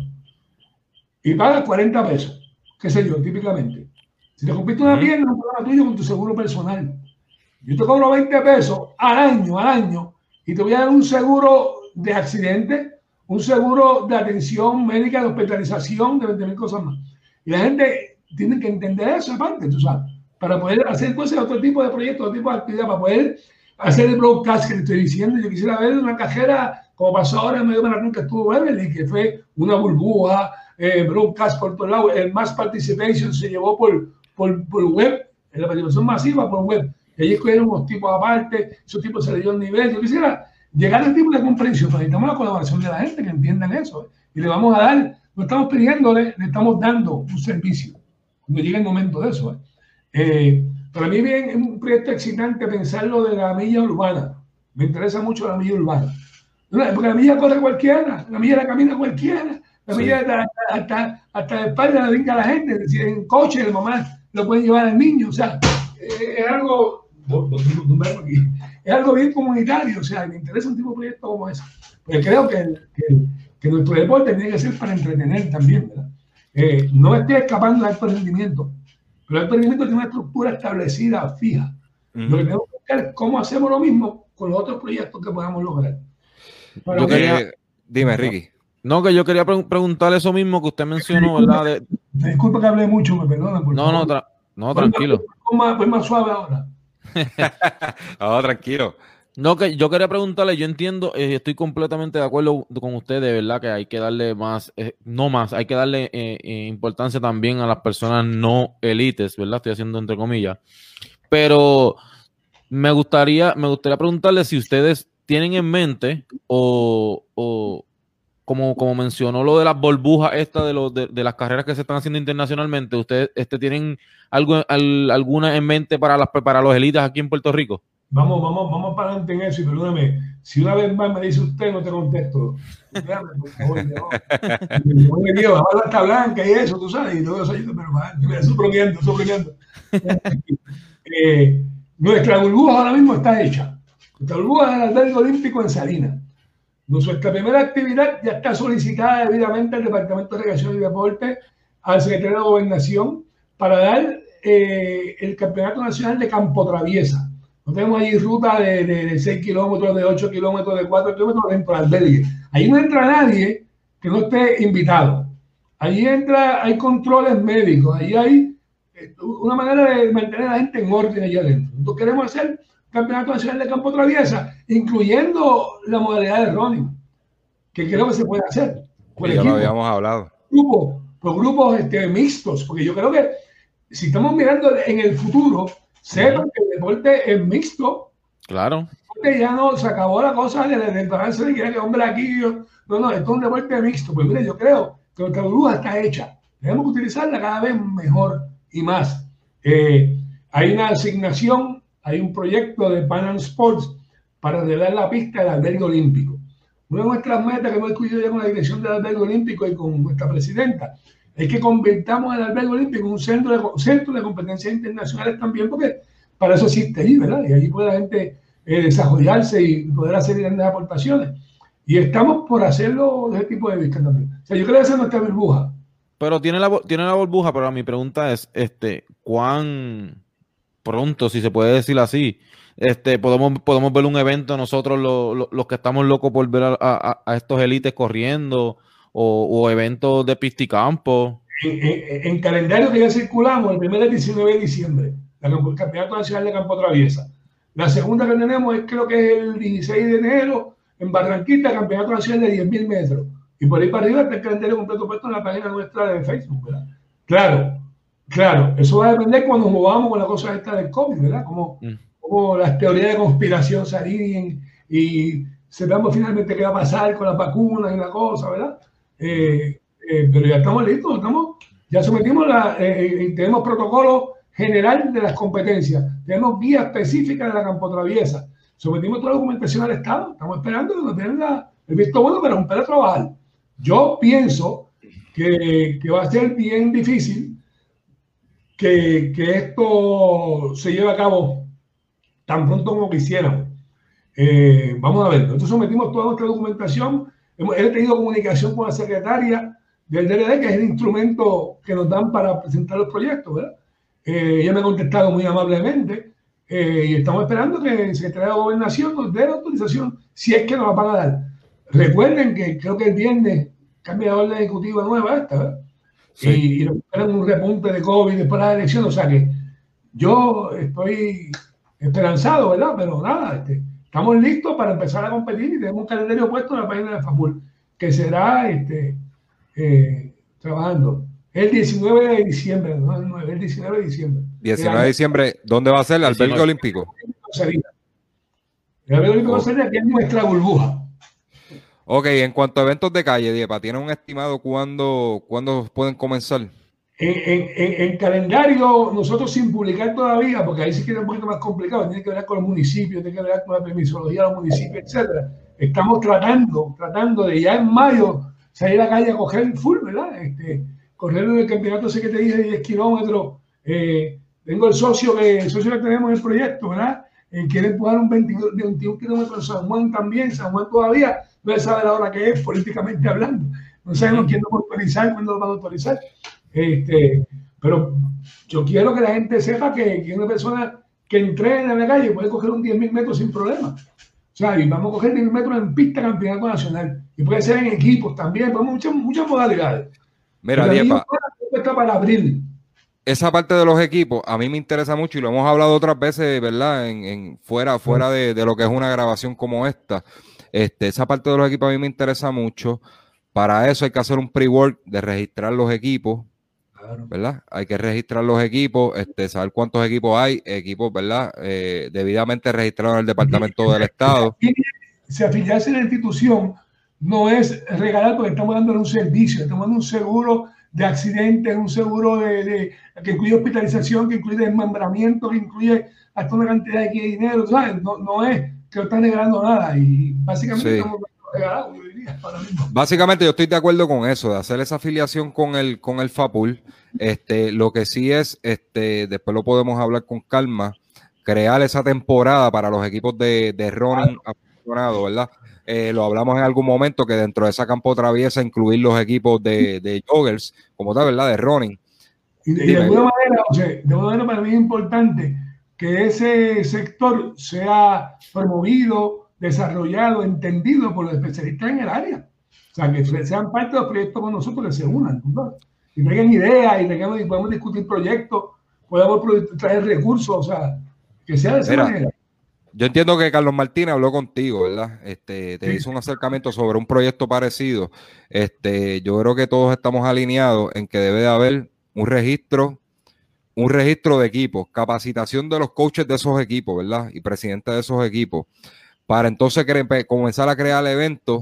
Y pagas 40 pesos, qué sé yo, típicamente. Si te compiste una pierna, un programa tuyo con tu seguro personal. Yo te cobro 20 pesos al año, y te voy a dar un seguro de accidente, un seguro de atención médica, de hospitalización, de 20,000 cosas más. Y la gente tiene que entender eso aparte, tú sabes, para poder hacer entonces otro tipo de proyectos, otro tipo de actividad, para poder hacer el broadcast que te estoy diciendo. Yo quisiera ver una cajera, como pasó ahora en medio maratón que estuvo Beverly, que fue una burbuja, broadcast por todo lado. El mass participation se llevó por web, en la participación masiva por web. Y allí escogieron unos tipos aparte, esos tipos se le dio el nivel. Yo quisiera llegar al tipo de comprensión, pero necesitamos la colaboración de la gente que entiendan eso. Y le vamos a dar, no estamos pidiéndole, le estamos dando un servicio cuando llegue el momento de eso. Para mí bien, es un proyecto excitante pensarlo de la milla urbana. Me interesa mucho la milla urbana. Porque la milla corre cualquiera, la milla la camina cualquiera, la milla hasta de espalda la brinca la gente, es decir, en coche el mamá lo puede llevar al niño, o sea, es algo bien comunitario, o sea, me interesa un tipo de proyecto como ese. Porque creo que nuestro deporte tiene que ser para entretener también, ¿verdad? No me estoy escapando de alto rendimiento, pero el alto rendimiento tiene una estructura establecida, fija. Lo que tenemos que buscar es cómo hacemos lo mismo con los otros proyectos que podamos lograr. Dime, Ricky. No, que yo quería preguntarle eso mismo que usted mencionó, ¿verdad? Disculpa que hablé mucho, me perdonan. No, tranquilo. Pues más suave ahora. Tranquilo. No, que yo quería preguntarle, yo entiendo, estoy completamente de acuerdo con usted, de verdad que hay que darle más, no más, hay que darle importancia también a las personas no élites, ¿verdad? Estoy haciendo entre comillas. Pero me gustaría preguntarle si ustedes tienen en mente o como mencionó lo de las burbujas de las carreras que se están haciendo internacionalmente, ¿ustedes tienen alguna en mente para los élites aquí en Puerto Rico? Vamos para adelante en eso y perdóname, si una vez más me dice usted, no te contesto. Déjame, por favor, no me quiero bajar la carta blanca y eso, tú sabes, y todo eso, pero me estoy bromeando. Nuestra burbuja ahora mismo está hecha. Nuestra burbuja es el albergue olímpico en Salinas. Nuestra primera actividad ya está solicitada debidamente al Departamento de Recreación y Deporte, al Secretario de Gobernación, para dar el Campeonato Nacional de Campo Traviesa. No tenemos allí ruta de 6 kilómetros, de 8 kilómetros, de 4 kilómetros dentro del albergue. Ahí no entra nadie que no esté invitado. Allí hay controles médicos, allí hay una manera de mantener a la gente en orden allá adentro. Entonces queremos hacer Campeonato Nacional de Campo Traviesa, incluyendo la modalidad de running, que creo que se puede hacer. Ya lo habíamos hablado. Grupos mixtos, porque yo creo que si estamos mirando en el futuro, sepan que el deporte es mixto. Claro. Porque ya no se acabó la cosa de pararse de que hombre aquí. No, esto es un deporte mixto. Pues mire, yo creo que nuestra burbuja está hecha. Tenemos que utilizarla cada vez mejor y más. Hay una asignación, hay un proyecto de Pan Am Sports para arreglar la pista del albergue olímpico. Una de nuestras metas que hemos discutido ya con la dirección del albergue olímpico y con nuestra presidenta es que convirtamos el albergue olímpico en un centro de competencias internacionales también, porque para eso existe allí, ¿verdad? Y allí puede la gente desarrollarse y poder hacer grandes aportaciones. Y estamos por hacerlo de ese tipo de vista también. O sea, yo creo que esa es nuestra burbuja. Pero tiene la burbuja, pero mi pregunta es, ¿cuán pronto, si se puede decir así, podemos ver un evento nosotros los que estamos locos por ver a estos élites corriendo o eventos de pisticampo? En calendario que ya circulamos, el primero es 19 de diciembre, el Campeonato Nacional de Campo Traviesa. La segunda que tenemos creo que es el 16 de enero en Barranquita, Campeonato Nacional de 10.000 metros. Y por ahí para arriba está el calendario completo puesto en la página nuestra de Facebook, ¿verdad? Claro, eso va a depender cuando nos movamos con la cosa esta del COVID, ¿verdad? Como las teorías de conspiración salían y sepamos finalmente qué va a pasar con las vacunas y la cosa, ¿verdad? Pero ya estamos listos, ya sometimos tenemos protocolo general de las competencias, tenemos guía específica de la Campo Traviesa, sometimos toda la documentación al Estado, estamos esperando que nos den el visto bueno para empezar a trabajar. Yo pienso que va a ser bien difícil que esto se lleve a cabo tan pronto como quisiéramos. Vamos a ver, nosotros sometimos toda nuestra documentación, he tenido comunicación con la secretaria del DRD, que es el instrumento que nos dan para presentar los proyectos, ¿verdad? Ella me ha contestado muy amablemente y estamos esperando que el secretario de Gobernación nos dé la autorización, si es que nos la van a dar. Recuerden que creo que el viernes cambia la orden ejecutiva nueva esta, ¿verdad? Sí. Y nos esperan un repunte de COVID después de la elección, o sea que yo estoy esperanzado, ¿verdad? Pero nada, estamos listos para empezar a competir y tenemos un calendario puesto en la página de FAPUL, que será trabajando el 19 de diciembre, no el 9, el 19 de diciembre. 19 de diciembre, ¿dónde va a ser el albergue olímpico? El albergue olímpico sería que es nuestra burbuja. Ok, en cuanto a eventos de calle, Diepa, ¿tienen un estimado cuándo pueden comenzar? En calendario, nosotros sin publicar todavía, porque ahí sí que es un poquito más complicado, tiene que ver con los municipios, tiene que ver con la permisología de los municipios, etcétera. Estamos tratando de ya en mayo salir a la calle a coger el full, ¿verdad? Correr en el campeonato ese que te dije de 10 kilómetros. Tengo el socio que tenemos en el proyecto, ¿verdad? Quiere empujar un 21 kilómetros en San Juan también. San Juan todavía no sabe la hora que es, políticamente hablando. No sabemos quién nos va a autorizar, cuándo nos va a autorizar. Pero yo quiero que la gente sepa que una persona que entrena en la calle puede coger un 10.000 metros sin problema. O sea, y vamos a coger 10.000 metros en pista campeonato nacional. Y puede ser en equipos también, muchas modalidades. Mira, Diepa. Está para abril. esa parte de los equipos a mí me interesa mucho y lo hemos hablado otras veces, ¿verdad? Fuera de lo que es una grabación como esta. Esa parte de los equipos a mí me interesa mucho. Para eso hay que hacer un pre-work de registrar los equipos, ¿verdad? Hay que registrar los equipos, saber cuántos equipos hay, equipos, ¿verdad? Debidamente registrados en el Departamento del Estado. Si afiliarse a la institución no es regalar, porque estamos dando un servicio, estamos dando un seguro de accidentes, un seguro que incluye hospitalización, que incluye desmembramiento, que incluye hasta una cantidad de dinero, ¿sabes? No es que no están regalando nada y básicamente estamos regalados, yo diría, ahora mismo. Básicamente yo estoy de acuerdo con eso, de hacer esa afiliación con el FAPUL. Lo que sí es, después lo podemos hablar con calma, crear esa temporada para los equipos de running aficionado, ¿verdad? Lo hablamos en algún momento que dentro de esa campo traviesa incluir los equipos de joggers, como tal, ¿verdad? De running. Y de alguna manera, o sea, de alguna manera para mí es importante que ese sector sea promovido, desarrollado, entendido por los especialistas en el área. O sea, que sean parte de los proyectos con nosotros, que se unan, ¿no? Y traigan ideas y podemos discutir proyectos, podemos traer recursos, o sea, que sea de esa manera. Yo entiendo que Carlos Martínez habló contigo, ¿verdad? Te hizo un acercamiento sobre un proyecto parecido. Yo creo que todos estamos alineados en que debe de haber un registro de equipos, capacitación de los coaches de esos equipos, ¿verdad? Y presidentes de esos equipos, para entonces comenzar a crear eventos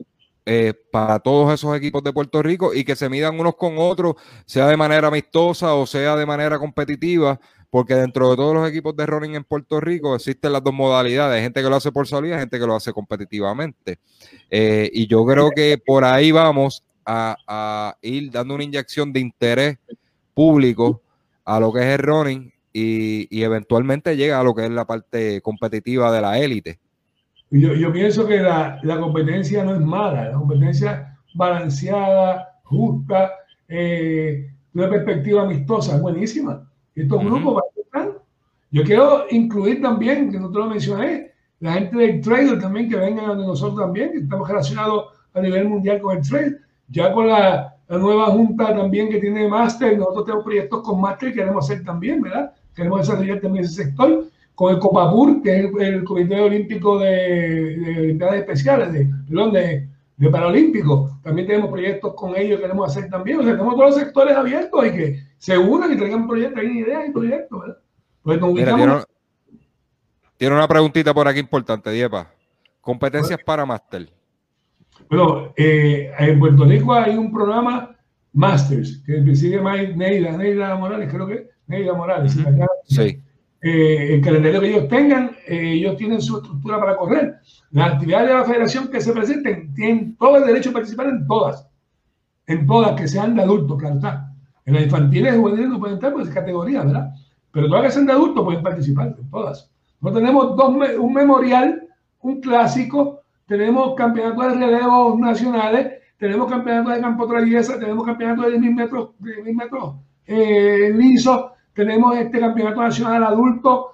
para todos esos equipos de Puerto Rico y que se midan unos con otros, sea de manera amistosa o sea de manera competitiva, porque dentro de todos los equipos de running en Puerto Rico existen las dos modalidades, hay gente que lo hace por salida y gente que lo hace competitivamente. Y yo creo que por ahí vamos a ir dando una inyección de interés público a lo que es el running y eventualmente llega a lo que es la parte competitiva de la élite. Yo pienso que la competencia no es mala, la competencia balanceada, justa, de una perspectiva amistosa, es buenísima. Estos grupos van. Yo quiero incluir también, que no te lo mencioné, la gente del trail también, que vengan a nosotros también, que estamos relacionados a nivel mundial con el trail. Ya con la nueva junta también que tiene máster, nosotros tenemos proyectos con máster que queremos hacer también, ¿verdad? Queremos desarrollar también ese sector. Con el COPAPUR, que es el Comité Olímpico de Olimpiadas Especiales, de Paralímpicos. También tenemos proyectos con ellos que queremos hacer también. O sea, tenemos todos los sectores abiertos y que se unan y traigan proyectos, traigan ideas y proyectos, ¿verdad? Pues mira, tiene una preguntita por aquí importante, Diepa. Competencias para máster. Bueno, en Puerto Rico hay un programa Masters, que sigue Neida Morales, creo que Neida Morales. Sí. El calendario que ellos tengan, ellos tienen su estructura para correr. Las actividades de la federación que se presenten tienen todo el derecho a participar en todas, que sean de adultos, claro está. En las infantiles y juveniles no pueden estar porque es categoría, ¿verdad? Pero todas que sean de adultos pueden participar en todas. Nosotros tenemos un memorial, un clásico, tenemos campeonatos de relevos nacionales, tenemos campeonatos de campo traviesa, tenemos campeonatos de 10.000 metros lisos. Tenemos campeonato nacional adulto,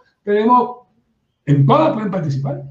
en todas pueden participar.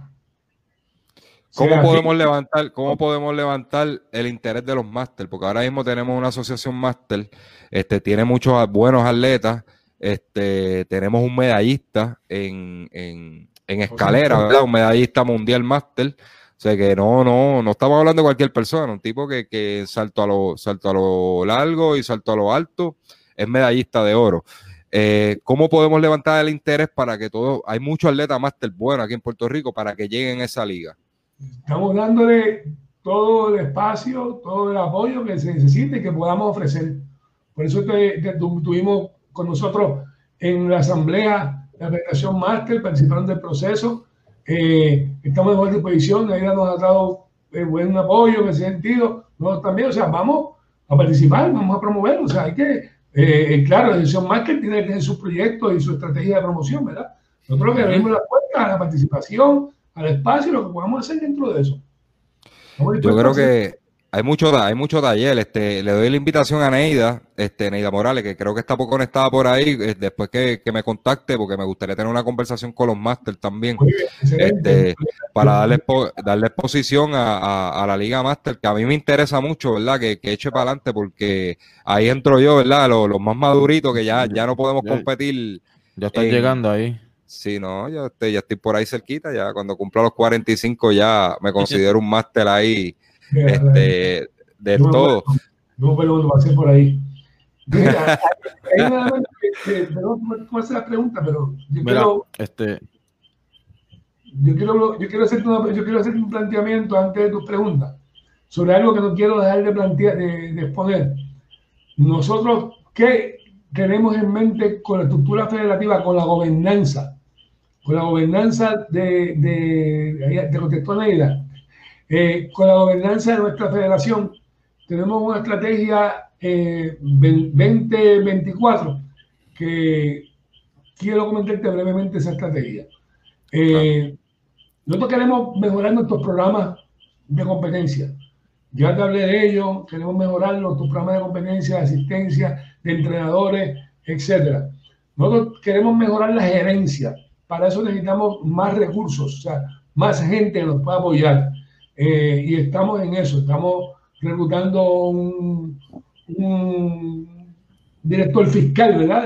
¿Cómo podemos levantar el interés de los máster? Porque ahora mismo tenemos una asociación máster, tiene muchos buenos atletas, tenemos un medallista en escalera, ¿verdad? Un medallista mundial máster. O sea que no estamos hablando de cualquier persona, un tipo que salto a lo largo y salto a lo alto, es medallista de oro. ¿Cómo podemos levantar el interés para que hay muchos atletas máster buenos aquí en Puerto Rico para que lleguen a esa liga? Estamos dándole todo el espacio, todo el apoyo que se necesite y que podamos ofrecer. Por eso tuvimos con nosotros en la asamblea de la Federación Máster, participaron del proceso. Estamos en buena disposición, ella nos ha dado buen apoyo en ese sentido. Nosotros también, o sea, vamos a participar, vamos a promover, o sea, hay que... claro, la Dirección Máster tiene que tener sus proyectos y su estrategia de promoción, ¿verdad? Nosotros le abrimos la puerta a la participación, al espacio, lo que podamos hacer dentro de eso. Yo creo que Hay mucho taller. Le doy la invitación a Neida, Neida Morales, que creo que está conectada por ahí, después que me contacte, porque me gustaría tener una conversación con los máster también, para darle exposición a la Liga Máster, que a mí me interesa mucho, ¿verdad? Que eche para adelante, porque ahí entro yo, ¿verdad? Los más maduritos, que ya no podemos competir. Ya están llegando ahí. Sí, no, ya estoy por ahí cerquita, ya cuando cumpla los 45 ya me considero un máster ahí. Del todo. No, pero lo pasé por ahí. Perdón, ¿cómo es la pregunta? Pero yo quiero hacerte un planteamiento antes de tus preguntas sobre algo que no quiero dejar de exponer. Nosotros, ¿qué tenemos en mente con la estructura federativa, con la gobernanza? Con la gobernanza de contestó Neida. Con la gobernanza de nuestra federación tenemos una estrategia 2024 que quiero comentarte brevemente esa estrategia. Nosotros queremos mejorar nuestros programas de competencia. Ya te hablé de ello, queremos mejorar nuestros programas de competencia, de asistencia, de entrenadores, etc. Nosotros queremos mejorar la gerencia. Para eso necesitamos más recursos, o sea, más gente que nos pueda apoyar. Y estamos en eso, estamos reclutando un director fiscal, ¿verdad?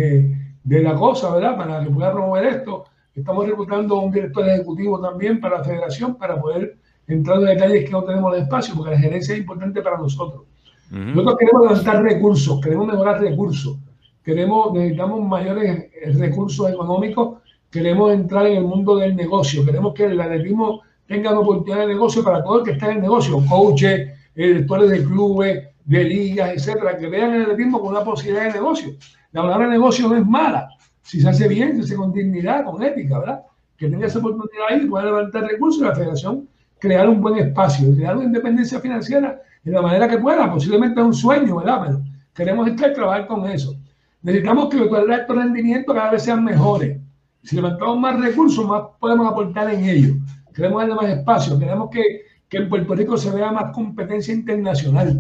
De la cosa, ¿verdad? Para que pueda promover esto. Estamos reclutando un director ejecutivo también para la federación para poder entrar en detalles que no tenemos el espacio, porque la gerencia es importante para nosotros. Nosotros queremos levantar recursos, queremos mejorar recursos, necesitamos mayores recursos económicos, queremos entrar en el mundo del negocio, queremos que el atletismo tenga una oportunidad de negocio para todo el que está en el negocio, coaches, directores de clubes, de ligas, etcétera, que vean el atletismo con una posibilidad de negocio. La palabra negocio no es mala, si se hace bien, se hace con dignidad, con ética, ¿verdad? Que tenga esa oportunidad ahí, pueda levantar recursos y la federación crear un buen espacio, crear una independencia financiera de la manera que pueda, posiblemente es un sueño, ¿verdad? Pero queremos trabajar con eso. Necesitamos que los altos rendimientos cada vez sean mejores. Si levantamos más recursos, más podemos aportar en ellos. Queremos darle más espacio, queremos que en Puerto Rico se vea más competencia internacional.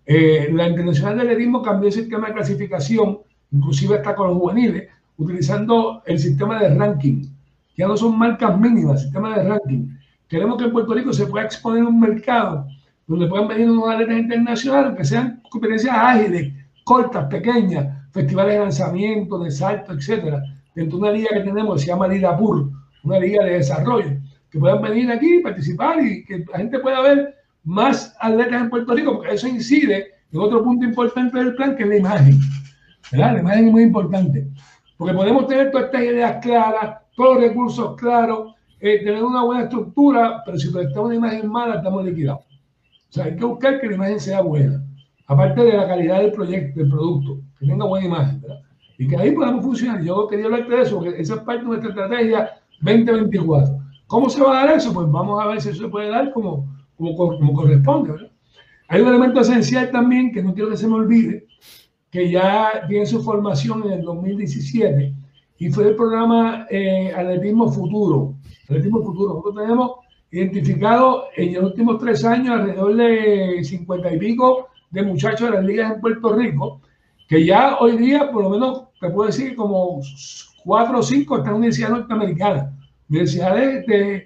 La Internacional de Atletismo cambió el sistema de clasificación, inclusive hasta con los juveniles, utilizando el sistema de ranking. Ya no son marcas mínimas, sistema de ranking. Queremos que en Puerto Rico se pueda exponer un mercado donde puedan venir unos atletas internacionales que sean competencias ágiles, cortas, pequeñas, festivales de lanzamiento, de salto, etcétera. Dentro de una liga que tenemos que se llama Liga PUR, una liga de desarrollo, que puedan venir aquí, participar y que la gente pueda ver más atletas en Puerto Rico, porque eso incide en otro punto importante del plan, que es la imagen. ¿Verdad? La imagen es muy importante, porque podemos tener todas estas ideas claras, todos los recursos claros, tener una buena estructura, pero si proyectamos una imagen mala, estamos liquidados. O sea, hay que buscar que la imagen sea buena, aparte de la calidad del proyecto, del producto, que tenga buena imagen, ¿verdad? Y que ahí podamos funcionar. Yo quería hablarte de eso, porque esa es parte de nuestra estrategia 2024. ¿Cómo se va a dar eso? Pues vamos a ver si eso se puede dar como corresponde, ¿verdad? Hay un elemento esencial también que no quiero que se me olvide, que ya tiene su formación en el 2017 y fue el programa Atletismo Futuro. Atletismo Futuro. Nosotros tenemos identificado en los últimos 3 años alrededor de 50 y pico de muchachos de las ligas en Puerto Rico, que ya hoy día, por lo menos, te puedo decir como 4 o 5 están en universidades norteamericanas, universidades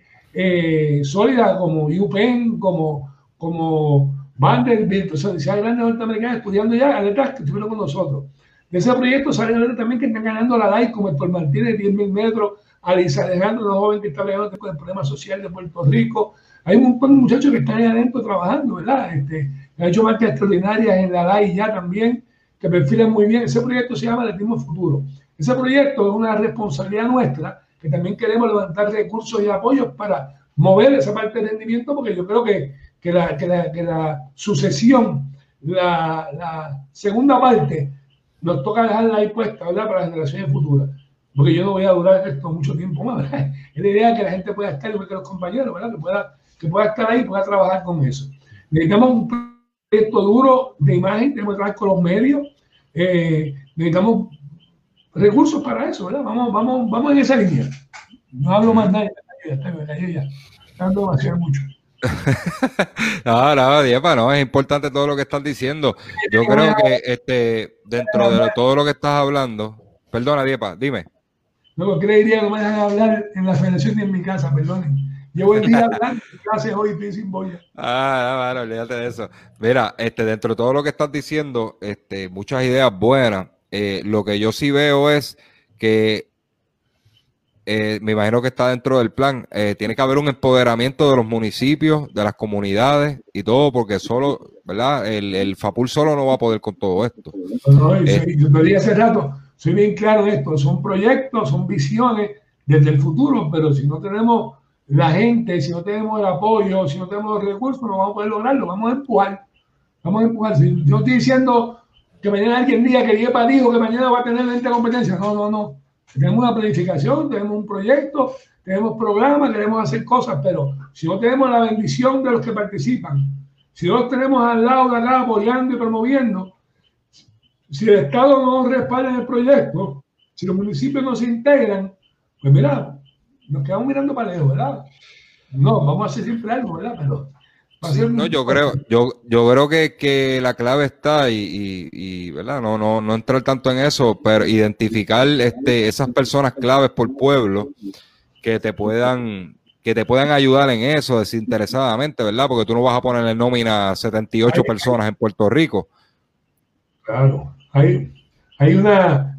sólidas como UPenn, como Vanderbilt, o sea, universidades grandes norteamericanas estudiando ya atletas que estuvieron con nosotros. De ese proyecto salen atletas también que están ganando la DAI, como Héctor Martínez, 10.000 metros, Alisa Alejandro, una joven que está peleando con el problema social de Puerto Rico. Hay un montón de muchachos que están ahí adentro trabajando, ¿verdad? Han hecho marcas extraordinarias en la DAI ya también, que perfilan muy bien. Ese proyecto se llama Atletismo Futuro. Ese proyecto es una responsabilidad nuestra, que también queremos levantar recursos y apoyos para mover esa parte de rendimiento, porque yo creo que la sucesión, la segunda parte, nos toca dejarla ahí puesta, ¿verdad? Para las generaciones futuras. Porque yo no voy a durar esto mucho tiempo más, ¿verdad? Es la idea que la gente pueda estar, igual que los compañeros, ¿verdad? Que pueda estar ahí y pueda trabajar con eso. Necesitamos un proyecto duro de imagen, tenemos que trabajar con los medios, necesitamos recursos para eso, ¿verdad? Vamos en esa línea. No hablo más nada, me cayó ya. Está dando demasiado mucho. No, Diepa, no, es importante todo lo que están diciendo. Yo creo que dentro de todo lo que estás hablando, perdona, Diepa, dime. Luego, ¿qué le diría que no me dejan hablar en la federación ni en mi casa? Perdonen. Llevo el día hablando en clases hoy, estoy sin boya. No, olvídate de eso. Mira, dentro de todo lo que estás diciendo, muchas ideas buenas. Lo que yo sí veo es que me imagino que está dentro del plan. Tiene que haber un empoderamiento de los municipios, de las comunidades y todo, porque solo, ¿verdad? El FAPUL solo no va a poder con todo esto. No, yo lo dije hace rato, soy bien claro en esto, son proyectos, son visiones desde el futuro, pero si no tenemos la gente, si no tenemos el apoyo, si no tenemos los recursos, no vamos a poder lograrlo, vamos a empujar. Vamos a empujar. Si yo estoy diciendo que mañana alguien diga que Diepa dijo que mañana va a tener 20 competencias, no. Tenemos una planificación, tenemos un proyecto, tenemos programas, queremos hacer cosas, pero si no tenemos la bendición de los que participan, si no los tenemos al lado de acá apoyando y promoviendo, si el Estado no respalda el proyecto, si los municipios no se integran, pues mira, nos quedamos mirando para lejos, ¿verdad? No, vamos a hacer siempre algo, ¿verdad? Pero no, yo creo que la clave está y ¿verdad? No entrar tanto en eso, pero identificar esas personas claves por pueblo que te puedan ayudar en eso desinteresadamente, ¿verdad? Porque tú no vas a poner en nómina 78 personas en Puerto Rico. Claro, hay una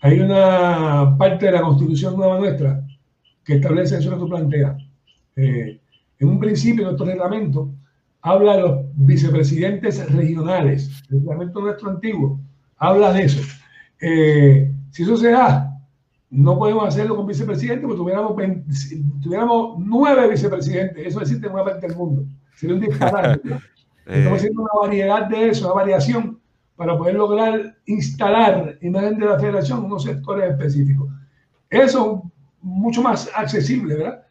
parte de la Constitución nueva nuestra que establece eso que tú planteas. En un principio, nuestro reglamento habla de los vicepresidentes regionales. El reglamento nuestro antiguo habla de eso. Si eso se da, no podemos hacerlo con vicepresidentes porque tuviéramos 9 vicepresidentes. Eso existe en una parte del mundo. Sería un disparate. Estamos haciendo una variedad de eso, una variación para poder lograr instalar imagen de la federación en unos sectores específicos. Eso es mucho más accesible, ¿verdad?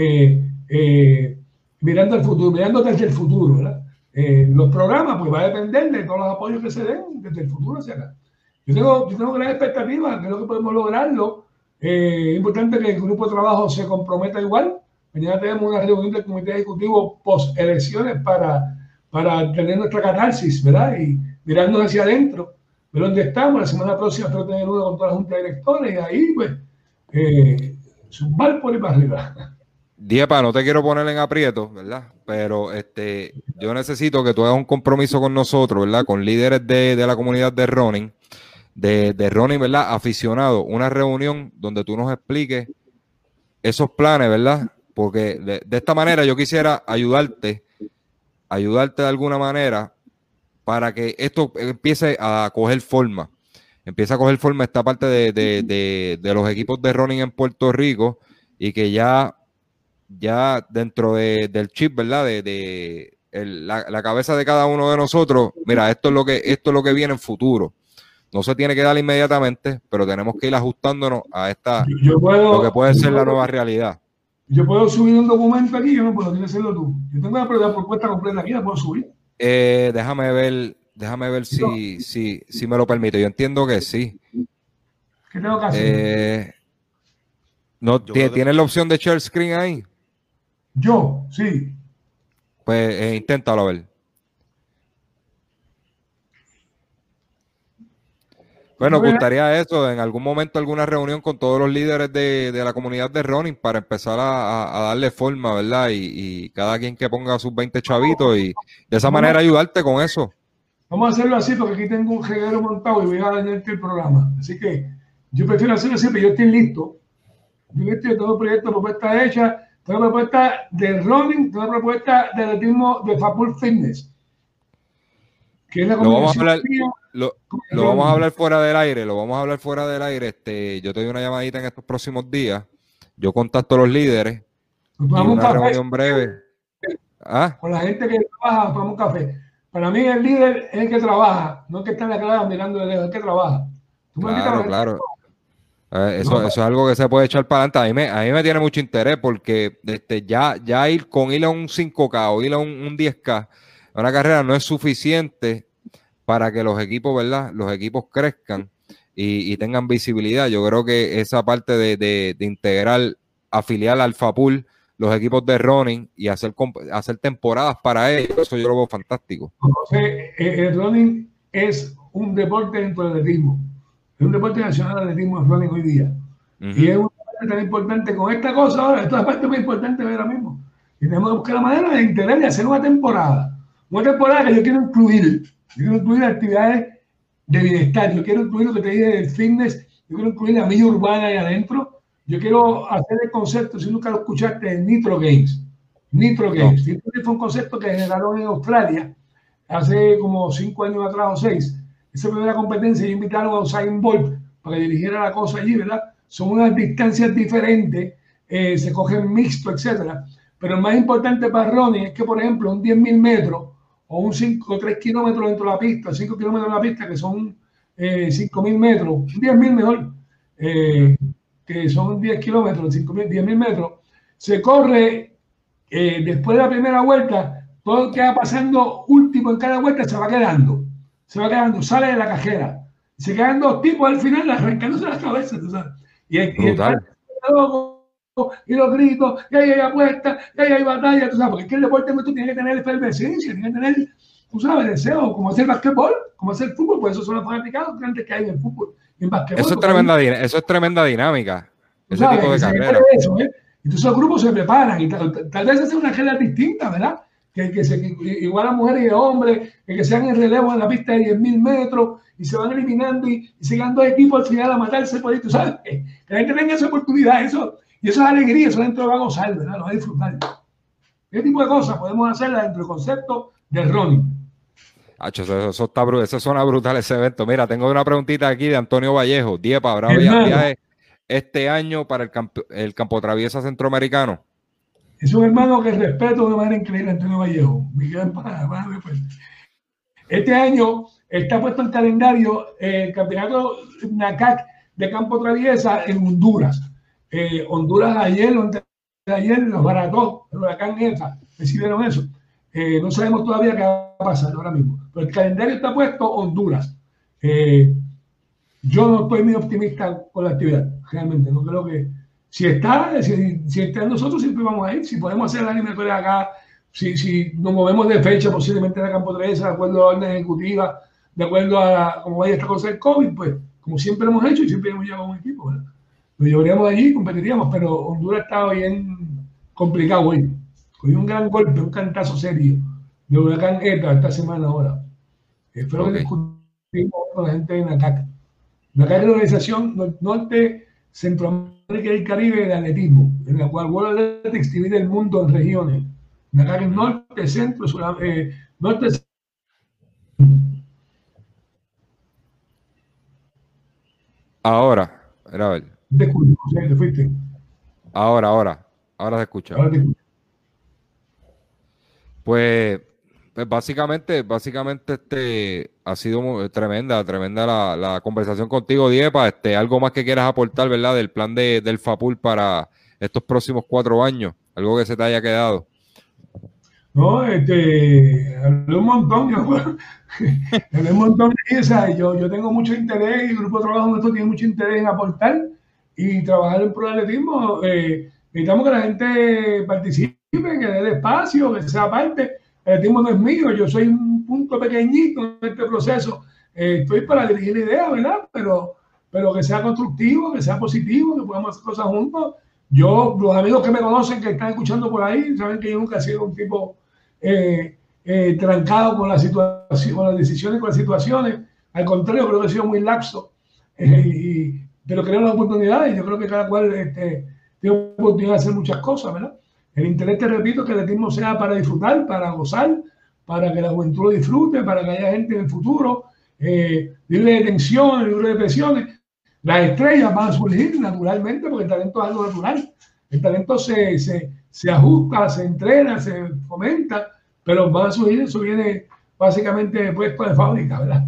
Mirando al futuro, mirando desde el futuro, ¿verdad? Los programas, pues va a depender de todos los apoyos que se den desde el futuro hacia acá. Yo tengo gran expectativa, creo que podemos lograrlo. Es importante que el grupo de trabajo se comprometa igual. Mañana tenemos una reunión del comité ejecutivo post elecciones para tener nuestra catarsis, ¿verdad? Y mirarnos hacia adentro, ver dónde estamos. La semana próxima espero tener uno con toda la junta de directores y ahí, pues, zumbar por ahí para arriba. Diepa, no te quiero poner en aprieto, ¿verdad? Pero yo necesito que tú hagas un compromiso con nosotros, ¿verdad? Con líderes de la comunidad de running, ¿verdad? Aficionado, una reunión donde tú nos expliques esos planes, ¿verdad? Porque de esta manera yo quisiera ayudarte de alguna manera para que esto empiece a coger forma. Empieza a coger forma esta parte de los equipos de running en Puerto Rico y que ya dentro del chip, ¿verdad? La cabeza de cada uno de nosotros, mira, esto es lo que viene en futuro. No se tiene que dar inmediatamente, pero tenemos que ir ajustándonos a lo que puede ser la nueva realidad. Yo puedo subir un documento aquí, yo no puedo, tienes que hacerlo tú. Yo tengo la propuesta completa aquí, la puedo subir. Déjame ver si me lo permite. Yo entiendo que sí. ¿Qué tengo que hacer? ¿Tienes la opción de share screen ahí? Yo, sí. Pues inténtalo a ver. Bueno, nos gustaría eso, en algún momento alguna reunión con todos los líderes de la comunidad de running para empezar a darle forma, ¿verdad? Y cada quien que ponga sus 20 chavitos y de esa manera ayudarte con eso. Vamos a hacerlo así porque aquí tengo un reguero montado y voy a dañarte el programa. Así que yo prefiero hacerlo siempre, yo estoy listo. Yo tengo proyectos, propuestas hechas, tengo propuestas de running, tengo propuestas de atletismo de FAPUL Fitness. Que es la Lo vamos a hablar fuera del aire, yo te doy una llamadita en estos próximos días. Yo contacto a los líderes. Una reunión breve. Con la gente que trabaja, tomamos un café. Para mí el líder es el que trabaja, no el que está en la cara mirando de lejos, el que trabaja. Claro. Eso es algo que se puede echar para adelante. A mí me tiene mucho interés porque ya ir a un 5K o ir a un 10K, una carrera no es suficiente para que los equipos, ¿verdad? Los equipos crezcan y tengan visibilidad. Yo creo que esa parte de integrar, afiliar al FAPUL, los equipos de running y hacer temporadas para ellos. Eso yo lo veo fantástico. Entonces, el running es un deporte dentro del atletismo. Es un deporte nacional de atletismo, el running hoy día. Y es una parte tan importante con esta cosa ahora. Esta es la parte más importante de ahora mismo. Y tenemos que buscar la manera de integrar y hacer una temporada. Una temporada que yo quiero incluir. Yo quiero incluir actividades de bienestar. Yo quiero incluir lo que te dije del fitness. Yo quiero incluir la milla urbana ahí adentro. Yo quiero hacer el concepto, si nunca lo escuchaste, de Nitro Games. Nitro Games. No. Nitro fue un concepto que generaron en Australia hace como 5 años atrás o 6. Esa primera competencia, y invitaron a Usain Bolt para que dirigiera la cosa allí, ¿verdad? Son unas distancias diferentes, se cogen mixto, etcétera. Pero lo más importante para Ronnie es que, por ejemplo, un 10.000 metros o un 5 o 3 kilómetros dentro de la pista, 5 kilómetros de la pista, que son 5.000 metros, un 10.000 mejor, que son 10 kilómetros, 10.000 metros, se corre después de la primera vuelta, todo lo que va pasando último en cada vuelta se va quedando, sale de la cajera, se quedan 2 tipos al final arrancándose las cabezas, ¿tú sabes? Y los gritos, y ahí hay apuestas, y ahí hay batalla, tú sabes, porque es que el deporte tú tienes que tener efervescencia, tienes que tener, tú sabes, deseo, como hacer el basquetbol, como hacer el fútbol, por eso son los fanaticados grandes que hay en el fútbol y en basquetbol. Eso es tremenda dinámica, ese tipo de carrera. Entonces los grupos se preparan y tal vez hacen una regla distinta, ¿verdad? Que igual a mujeres y a hombres, que sean en relevo en la pista de 10.000 metros y se van eliminando y se quedan 2 equipos al final a matarse por ahí, tú sabes, que la gente tenga esa oportunidad, eso. Y eso es alegría, eso dentro lo va a gozar, ¿verdad? Lo va a disfrutar. ¿Qué tipo de cosas podemos hacerla dentro del concepto del running? Eso suena brutal ese evento. Mira, tengo una preguntita aquí de Antonio Vallejo. Diepa, ¿habrá viaje este año para el Campo Traviesa Centroamericano? Es un hermano que respeto de manera increíble, Antonio Vallejo. Este año está puesto en calendario el campeonato NACAC de Campo Traviesa en Honduras. Honduras ayer los barató, el huracán ETA, decidieron eso. No sabemos todavía qué va a pasar ahora mismo. Pero el calendario está puesto Honduras. Yo no estoy muy optimista con la actividad, realmente. No creo que... Si está nosotros siempre vamos a ir. Si podemos hacer la eliminatoria acá, si nos movemos de fecha posiblemente en la Campo Traviesa, de acuerdo a la orden ejecutiva, de acuerdo a cómo vaya esta cosa del COVID, pues como siempre hemos hecho y siempre hemos llegado a un equipo, ¿verdad? Nos llevaríamos allí y competiríamos, pero Honduras estaba bien complicado hoy. Cogió un gran golpe, un cantazo serio de huracán ETA esta semana ahora. Espero que discutimos con la gente de NACAC. NACAC es la Organización Norte, Centroamérica y Caribe de Atletismo, en la cual World Athletics divide el mundo en regiones. NACAC es norte, centro, norte. Ahora, a ver. Te escucho, te fuiste. Ahora se escucha. Pues básicamente ha sido tremenda la conversación contigo, Diepa. Algo más que quieras aportar, ¿verdad? Del plan del FAPUL para estos próximos 4 años, algo que se te haya quedado. No, hablé un montón, hablé un montón de eso. Yo tengo mucho interés, y el grupo de trabajo nuestro tiene mucho interés en aportar y trabajar en pro del atletismo. Necesitamos que la gente participe, que dé el espacio, que sea parte. El atletismo no es mío, yo soy un punto pequeñito en este proceso. Estoy para dirigir la idea, ¿verdad? Pero que sea constructivo, que sea positivo, que podamos hacer cosas juntos. Los amigos que me conocen, que están escuchando por ahí, saben que yo nunca he sido un tipo trancado con la situación, con las decisiones, con las situaciones. Al contrario, creo que he sido muy laxo. Pero creo en las oportunidades. Yo creo que cada cual tiene oportunidad de hacer muchas cosas, ¿verdad? El interés, te repito, que el atletismo sea para disfrutar, para gozar, para que la juventud lo disfrute, para que haya gente en el futuro libre de tensiones, libre de presiones. Las estrellas van a surgir naturalmente porque el talento es algo natural. El talento se ajusta, se entrena, se fomenta, pero van a surgir, eso viene básicamente puesto de fábrica, ¿verdad?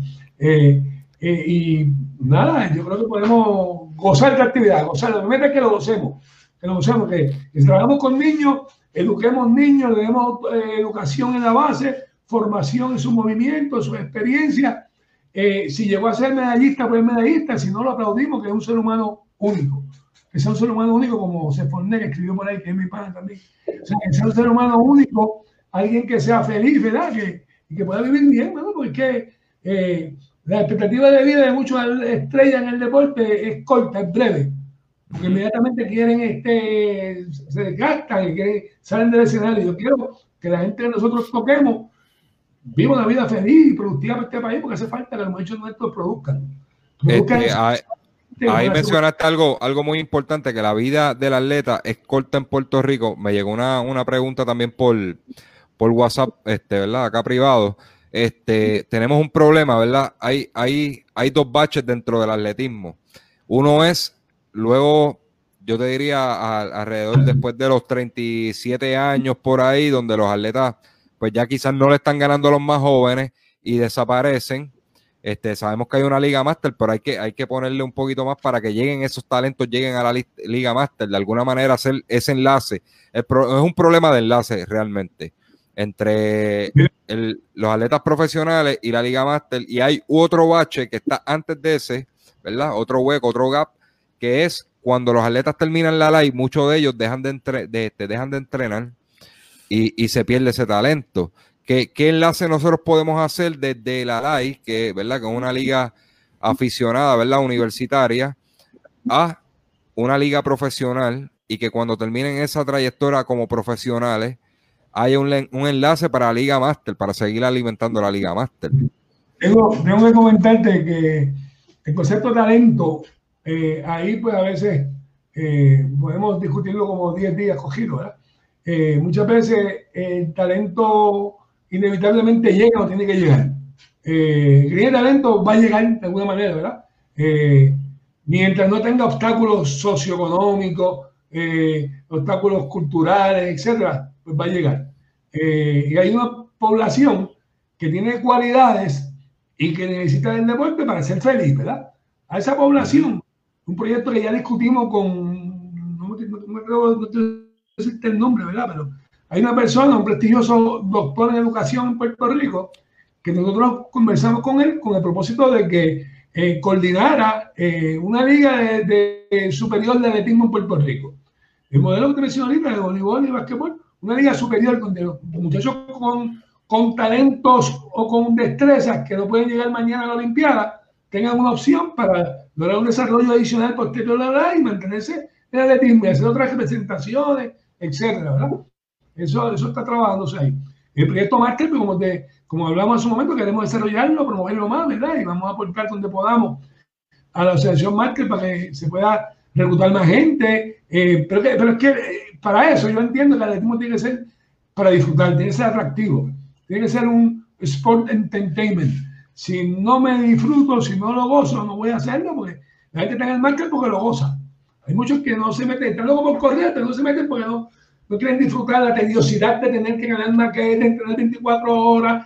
Y nada, yo creo que podemos gozar de la actividad, gozar. La meta es que lo gocemos, que trabajamos con niños, eduquemos niños, le demos educación en la base, formación en su movimiento, en su experiencia. Si llegó a ser medallista, pues medallista. Si no, lo aplaudimos, que es un ser humano único. Que sea un ser humano único, como José Forné, que escribió por ahí, que es mi pana también. O sea, que sea un ser humano único, alguien que sea feliz, ¿verdad? Y que pueda vivir bien, ¿no? Porque la expectativa de vida de muchos estrellas en el deporte es corta, es breve. Porque inmediatamente quieren, se desgastan y quieren, salen del escenario. Yo quiero que la gente que nosotros toquemos viva una vida feliz y productiva para este país, porque hace falta que los muchachos nuestros produzcan. Ahí mencionaste algo muy importante, que la vida del atleta es corta en Puerto Rico. Me llegó una pregunta también por WhatsApp, ¿verdad? Acá privado. Tenemos un problema, ¿verdad? Hay dos baches dentro del atletismo. Uno es, luego, yo te diría, alrededor después de los 37 años por ahí, donde los atletas, pues ya quizás no le están ganando a los más jóvenes y desaparecen. Sabemos que hay una Liga Máster, pero hay que ponerle un poquito más para que lleguen esos talentos, lleguen a la Liga Máster, de alguna manera hacer ese enlace. Es un problema de enlace realmente entre los atletas profesionales y la Liga Máster, y hay otro bache que está antes de ese, ¿verdad? Otro hueco, otro gap, que es cuando los atletas terminan la LAI, muchos de ellos dejan de entrenar y se pierde ese talento. ¿Qué enlace nosotros podemos hacer desde la LAI, que, ¿verdad?, que es una liga aficionada, ¿verdad?, universitaria, a una liga profesional, y que cuando terminen esa trayectoria como profesionales haya un enlace para la Liga Máster, para seguir alimentando la Liga Máster? Tengo que comentarte que el concepto de talento, ahí pues a veces podemos discutirlo como 10 días cogidos, ¿verdad? Muchas veces el talento inevitablemente llega o tiene que llegar. El talento va a llegar de alguna manera, ¿verdad? Mientras no tenga obstáculos socioeconómicos, obstáculos culturales, etcétera, pues va a llegar. Y hay una población que tiene cualidades y que necesita del deporte para ser feliz, ¿verdad? A esa población, un proyecto que ya discutimos con, no existe el nombre, ¿verdad? Pero hay una persona, un prestigioso doctor en educación en Puerto Rico, que nosotros conversamos con él con el propósito de que coordinara una liga de superior de atletismo en Puerto Rico. El modelo que te mencioné ahorita de voleibol y basquetbol, una liga superior donde los muchachos con talentos o con destrezas que no pueden llegar mañana a la Olimpiada tengan una opción para lograr un desarrollo adicional posterior a la y mantenerse en el atletismo y hacer otras representaciones, etcétera, ¿verdad? Eso está trabajándose ahí. El proyecto Máster, como hablamos en su momento, queremos desarrollarlo, promoverlo más, ¿verdad? Y vamos a aportar donde podamos a la asociación Máster para que se pueda reclutar más gente. Pero es que para eso yo entiendo que el atletismo tiene que ser para disfrutar, tiene que ser atractivo, tiene que ser un sport entertainment. Si no me disfruto, si no lo gozo, no voy a hacerlo, porque la gente está en el Máster porque lo goza. Hay muchos que no se meten, están locos por correr, pero no se meten porque no quieren disfrutar la tediosidad de tener que ganar una que de entrenar 24 horas.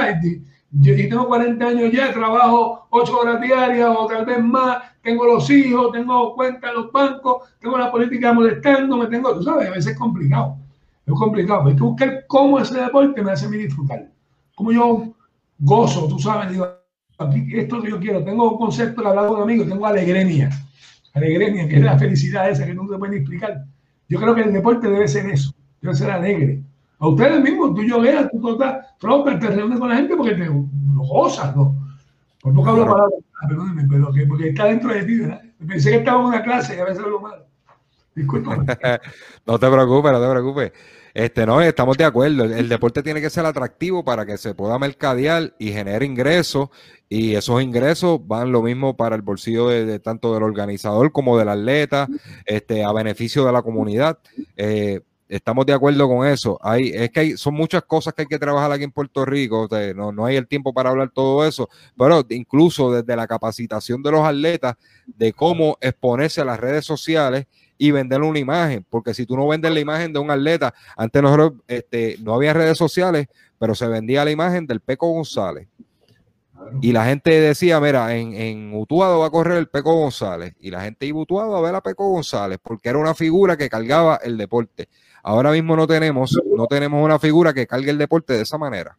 Yo tengo 40 años ya, trabajo 8 horas diarias o tal vez más, tengo los hijos, tengo cuentas en los bancos, tengo la política molestándome, tú sabes, a veces es complicado. Es complicado. Hay que buscar cómo ese deporte me hace a mí disfrutar. Cómo yo gozo, tú sabes, digo, aquí esto que yo quiero. Tengo un concepto que he hablado con amigos, tengo alegría. Alegría, que es la felicidad esa que no se puede explicar. Yo creo que el deporte debe ser eso, debe ser alegre. A ustedes mismos, tú yogueas, tú estás flota, te reúnes con la gente porque te lo gozas, ¿no? Por poco hablo palabras, perdónenme, pero porque está dentro de ti, ¿verdad? Pensé que estaba en una clase y a veces hablo mal. Discúlpame. No te preocupes. No, estamos de acuerdo. El deporte tiene que ser atractivo para que se pueda mercadear y genere ingresos, y esos ingresos van lo mismo para el bolsillo de tanto del organizador como del atleta, a beneficio de la comunidad. Estamos de acuerdo con eso. Son muchas cosas que hay que trabajar aquí en Puerto Rico. No hay el tiempo para hablar todo eso, pero incluso desde la capacitación de los atletas de cómo exponerse a las redes sociales y vender una imagen, porque si tú no vendes la imagen de un atleta, antes nosotros no había redes sociales, pero se vendía la imagen del Peco González. Y la gente decía, mira, en Utuado va a correr el Peco González, y la gente iba a Utuado a ver a Peco González, porque era una figura que cargaba el deporte. Ahora mismo no tenemos una figura que cargue el deporte de esa manera.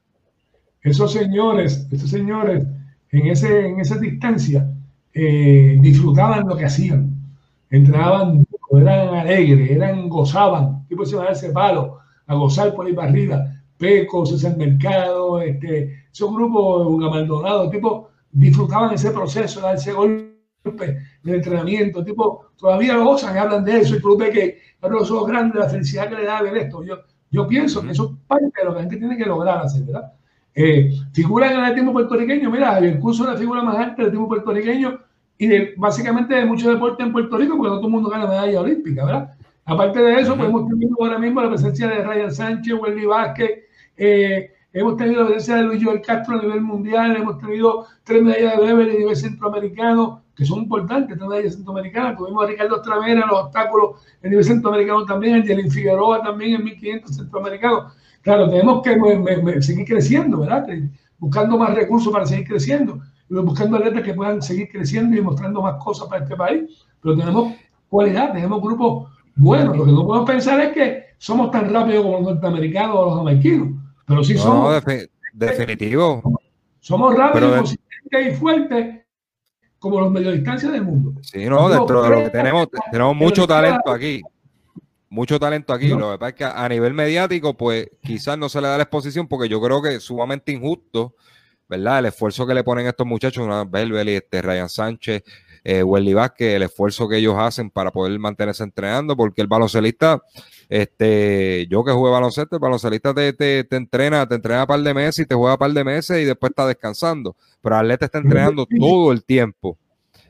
Esos señores en esa distancia disfrutaban lo que hacían. entrenaban, eran alegres, gozaban, tipo se iban a darse palo, a gozar por ahí para arriba. Peco, César Mercado, esos grupos Maldonado, tipo, disfrutaban ese proceso, de darse golpes de entrenamiento, tipo, todavía lo gozan y hablan de eso, y tú ves que los ojos grandes, la felicidad que le da ver esto. Yo pienso que eso es parte de lo que la gente tiene que lograr hacer, ¿verdad? Figura en el atletismo puertorriqueño, mira, el curso es la figura más alta del atletismo puertorriqueño y básicamente de muchos deportes en Puerto Rico, porque no todo el mundo gana medalla olímpica, ¿verdad? Aparte de eso, pues hemos tenido ahora mismo la presencia de Ryan Sánchez, Welly Vázquez, hemos tenido la presencia de Luis Joel Castro a nivel mundial, hemos tenido 3 medallas de Beverly a nivel centroamericano, que son importantes, 3 medallas centroamericanas. Tuvimos a Ricardo Travera en los obstáculos a nivel centroamericano también, a Angelín Figueroa también en 1500 centroamericano. Claro, tenemos que seguir creciendo, ¿verdad? Buscando más recursos para seguir creciendo, buscando atletas que puedan seguir creciendo y mostrando más cosas para este país, pero tenemos cualidad, tenemos grupos buenos. Lo que no podemos pensar es que somos tan rápidos como los norteamericanos o los jamaiquinos, pero sí somos. Definitivo. Somos rápidos, consistentes y fuertes como los mediodistancias del mundo. Sí, no, dentro de lo que tenemos mucho talento aquí. Mucho talento aquí. No. Lo que pasa es que a nivel mediático, pues quizás no se le da la exposición porque yo creo que es sumamente injusto, ¿verdad? El esfuerzo que le ponen estos muchachos, Beverly, Ryan Sánchez, Welly Vázquez, el esfuerzo que ellos hacen para poder mantenerse entrenando, porque el baloncelista, yo que jugué baloncesto, el baloncelista te entrena un par de meses y te juega un par de meses y después está descansando, pero el atleta está entrenando todo el tiempo.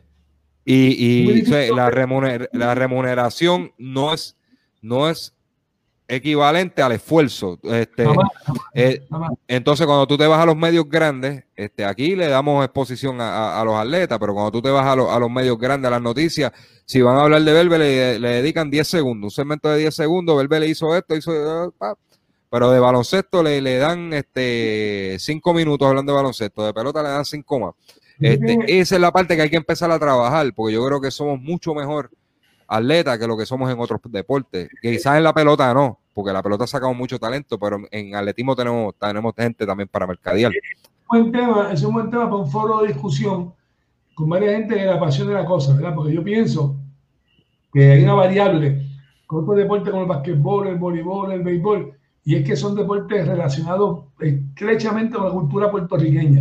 Y o sea, la remuneración no es equivalente al esfuerzo. Entonces, cuando tú te vas a los medios grandes, aquí le damos exposición a los atletas, pero cuando tú te vas a los medios grandes, a las noticias, si van a hablar de Beverly, le dedican 10 segundos, un segmento de 10 segundos, Beverly hizo esto, pero de baloncesto le dan 5 minutos hablando de baloncesto, de pelota le dan 5 más. Esa es la parte que hay que empezar a trabajar, porque yo creo que somos mucho mejor atletas que lo que somos en otros deportes. Quizás en la pelota no, porque la pelota ha sacado mucho talento, pero en atletismo tenemos gente también para mercadear. Es un buen tema para un foro de discusión con varias gente que le apasiona la cosa, ¿verdad? Porque yo pienso que hay una variable con otros deportes como el basquetbol, el voleibol, el béisbol, y es que son deportes relacionados estrechamente con la cultura puertorriqueña.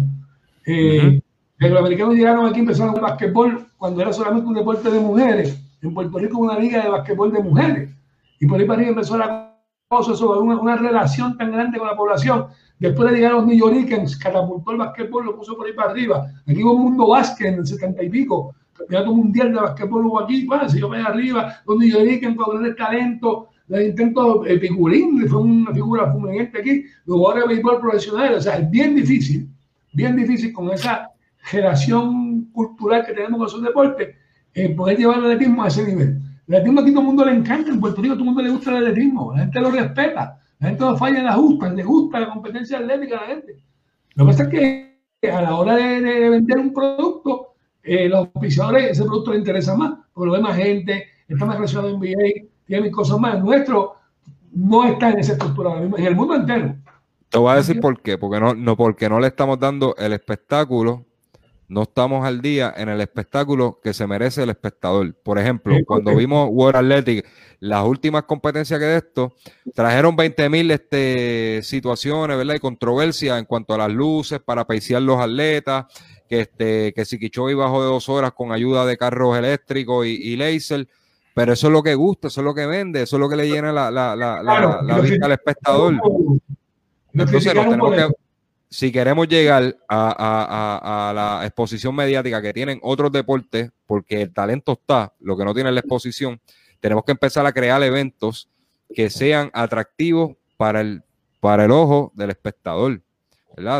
Los americanos llegaron aquí, empezaron el basquetbol cuando era solamente un deporte de mujeres. En Puerto Rico una liga de basquetbol de mujeres. Y por ahí para arriba empezó la cosa sobre una relación tan grande con la población. Después de llegar a los New Yorkers, catapultó el basquetbol, lo puso por ahí para arriba. Aquí hubo un mundo básquet en el 70 y pico. Campeonato mundial de basquetbol hubo aquí. Bueno, se yo para arriba, los New Yorkers con grandes talentos. El intento Picurín fue una figura fulminante aquí. Los jugadores de béisbol profesionales. O sea, es bien difícil con esa generación cultural que tenemos con esos deportes. Poder llevar el atletismo a ese nivel. El atletismo aquí todo el mundo le encanta, en Puerto Rico todo el mundo le gusta el atletismo, la gente lo respeta, la gente no falla en la justa, le gusta la competencia atlética a la gente. Lo que pasa es que a la hora de vender un producto, los auspiciadores, ese producto les interesa más, porque lo ve más gente, está más relacionado en NBA, tiene mis cosas más. El nuestro no está en esa estructura, en el mundo entero. Te voy a decir por qué, porque no le estamos dando el espectáculo. No estamos al día en el espectáculo que se merece el espectador. Por ejemplo, cuando vimos World Athletic, las últimas competencias que de esto, trajeron 20,000 situaciones, ¿verdad? Y controversias en cuanto a las luces para pasear los atletas, que si Kichoy bajó de 2 horas con ayuda de carros eléctricos y láser. Pero eso es lo que gusta, eso es lo que vende, eso es lo que le llena la vista al espectador. Entonces nos tenemos que... Si queremos llegar a la exposición mediática que tienen otros deportes, porque el talento está, lo que no tiene la exposición, tenemos que empezar a crear eventos que sean atractivos para el ojo del espectador, ¿verdad?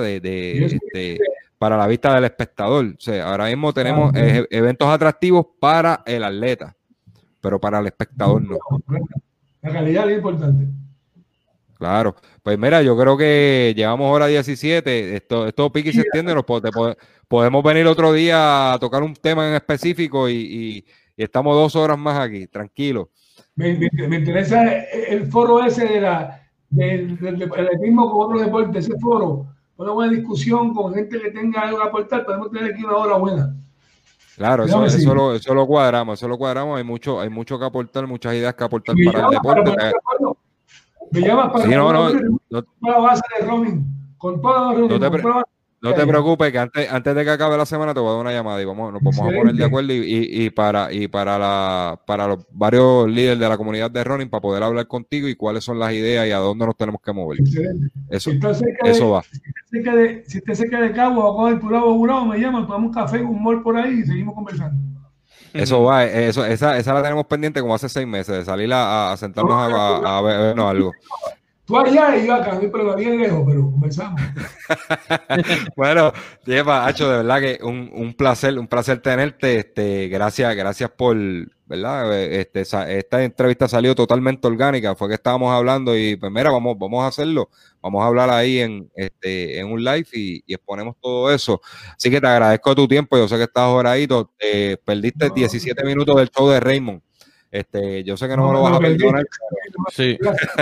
Para la vista del espectador. O sea, ahora mismo tenemos eventos atractivos para el atleta, pero para el espectador no. La calidad es importante. Claro, pues mira, yo creo que llevamos hora 17, esto pique y se extiende, podemos venir otro día a tocar un tema en específico y estamos 2 horas más aquí, tranquilo. Me interesa el foro ese del atletismo con otros deportes, ese foro, una buena discusión con gente que tenga algo que aportar, podemos tener aquí una hora buena. Claro, eso lo cuadramos, hay mucho que aportar, muchas ideas que aportar para el deporte. Me llamas para la base de roaming, con toda la reunión. No te preocupes, que antes de que acabe la semana te voy a dar una llamada y nos vamos a poner de acuerdo y para los varios líderes de la comunidad de running para poder hablar contigo y cuáles son las ideas y a dónde nos tenemos que mover. Excelente. Eso va. Si usted se queda de Cabo o a coger tu lado burado, me llaman, tomamos un café, un mall por ahí y seguimos conversando. Eso va, esa la tenemos pendiente como hace 6 meses, de salir a sentarnos a vernos algo. Tú allá y yo acá, pero bien lejos, pero conversamos. Bueno, Diepa, Hacho, de verdad que un placer tenerte. Gracias por, ¿verdad? Esta entrevista salió totalmente orgánica, fue que estábamos hablando y pues mira, vamos a hacerlo, vamos a hablar ahí en un live y exponemos todo eso. Así que te agradezco tu tiempo, yo sé que estás horadito, perdiste 17 minutos del show de Raymond. Yo sé que no me lo vas a perdonar. Sí.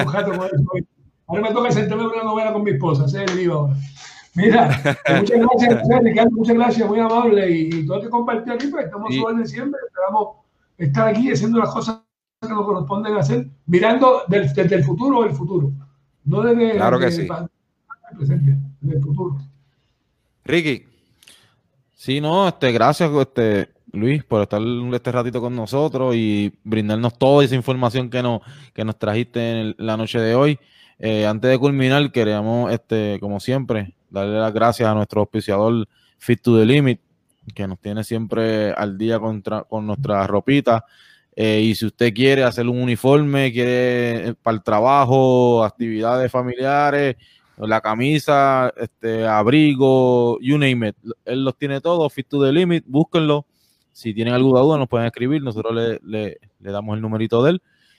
Ahora me toca sentarme una novela con mi esposa, ese es el lío ahora. Mira, muchas gracias, Ricardo, muchas gracias, muy amable. Y todo el que compartió aquí, pues estamos a su orden siempre. Esperamos estar aquí haciendo las cosas que nos corresponden hacer, mirando desde el futuro el futuro. No desde sí. El presente, desde el futuro. Ricky. Sí, no, gracias, Luis, por estar este ratito con nosotros y brindarnos toda esa información que nos trajiste en la noche de hoy. Antes de culminar, queríamos, como siempre, darle las gracias a nuestro auspiciador Fit to the Limit, que nos tiene siempre al día con nuestras ropitas. Y si usted quiere hacer un uniforme, quiere para el trabajo, actividades familiares, la camisa, abrigo, you name it, él los tiene todos, Fit to the Limit, búsquenlo. Si tienen alguna duda, nos pueden escribir, nosotros le damos el numerito de él.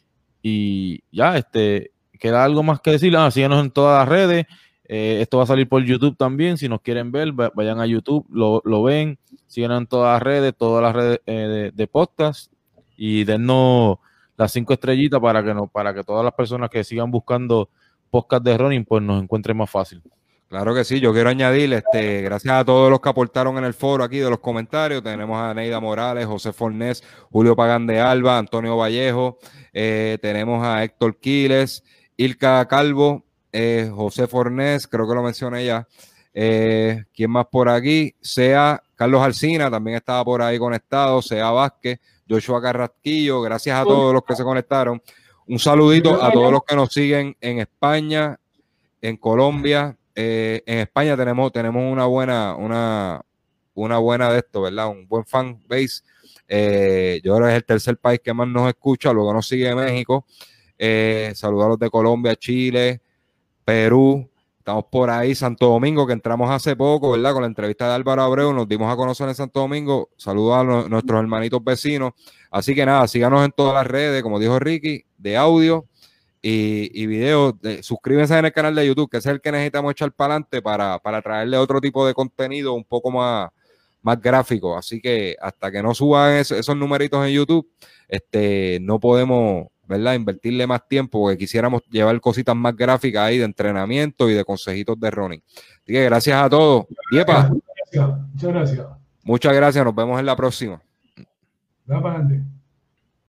Y ya, queda algo más que decir. Síganos en todas las redes. Esto va a salir por YouTube también. Si nos quieren ver, vayan a YouTube, lo ven. Síganos en todas las redes de podcast. Y dennos las 5 estrellitas para que todas las personas que sigan buscando podcast de running, pues nos encuentren más fácil. Claro que sí, yo quiero añadir, gracias a todos los que aportaron en el foro aquí de los comentarios. Tenemos a Neida Morales, José Fornés, Julio Pagán de Alba, Antonio Vallejo, tenemos a Héctor Quiles, Ilka Calvo, José Fornés, creo que lo mencioné ya. ¿Quién más por aquí? Carlos Alcina, también estaba por ahí conectado, Sea Vázquez, Joshua Carrasquillo, gracias a todos los que se conectaron. Un saludito a todos los que nos siguen en España, en Colombia. En España tenemos una buena de esto, ¿verdad? Un buen fan base. Yo creo que es el tercer país que más nos escucha, luego nos sigue México. Saludos a los de Colombia, Chile, Perú. Estamos por ahí, Santo Domingo, que entramos hace poco, ¿verdad? Con la entrevista de Álvaro Abreu, nos dimos a conocer en Santo Domingo. Saludos a nuestros hermanitos vecinos. Así que nada, síganos en todas las redes, como dijo Ricky, de audio y videos. Suscríbanse en el canal de YouTube, que es el que necesitamos echar para adelante para traerle otro tipo de contenido un poco más gráfico. Así que hasta que no suban esos numeritos en YouTube, no podemos, ¿verdad?, invertirle más tiempo, porque quisiéramos llevar cositas más gráficas ahí de entrenamiento y de consejitos de running. Así que gracias a todos. Diepa. Muchas gracias. Muchas gracias. Nos vemos en la próxima. Va para adelante.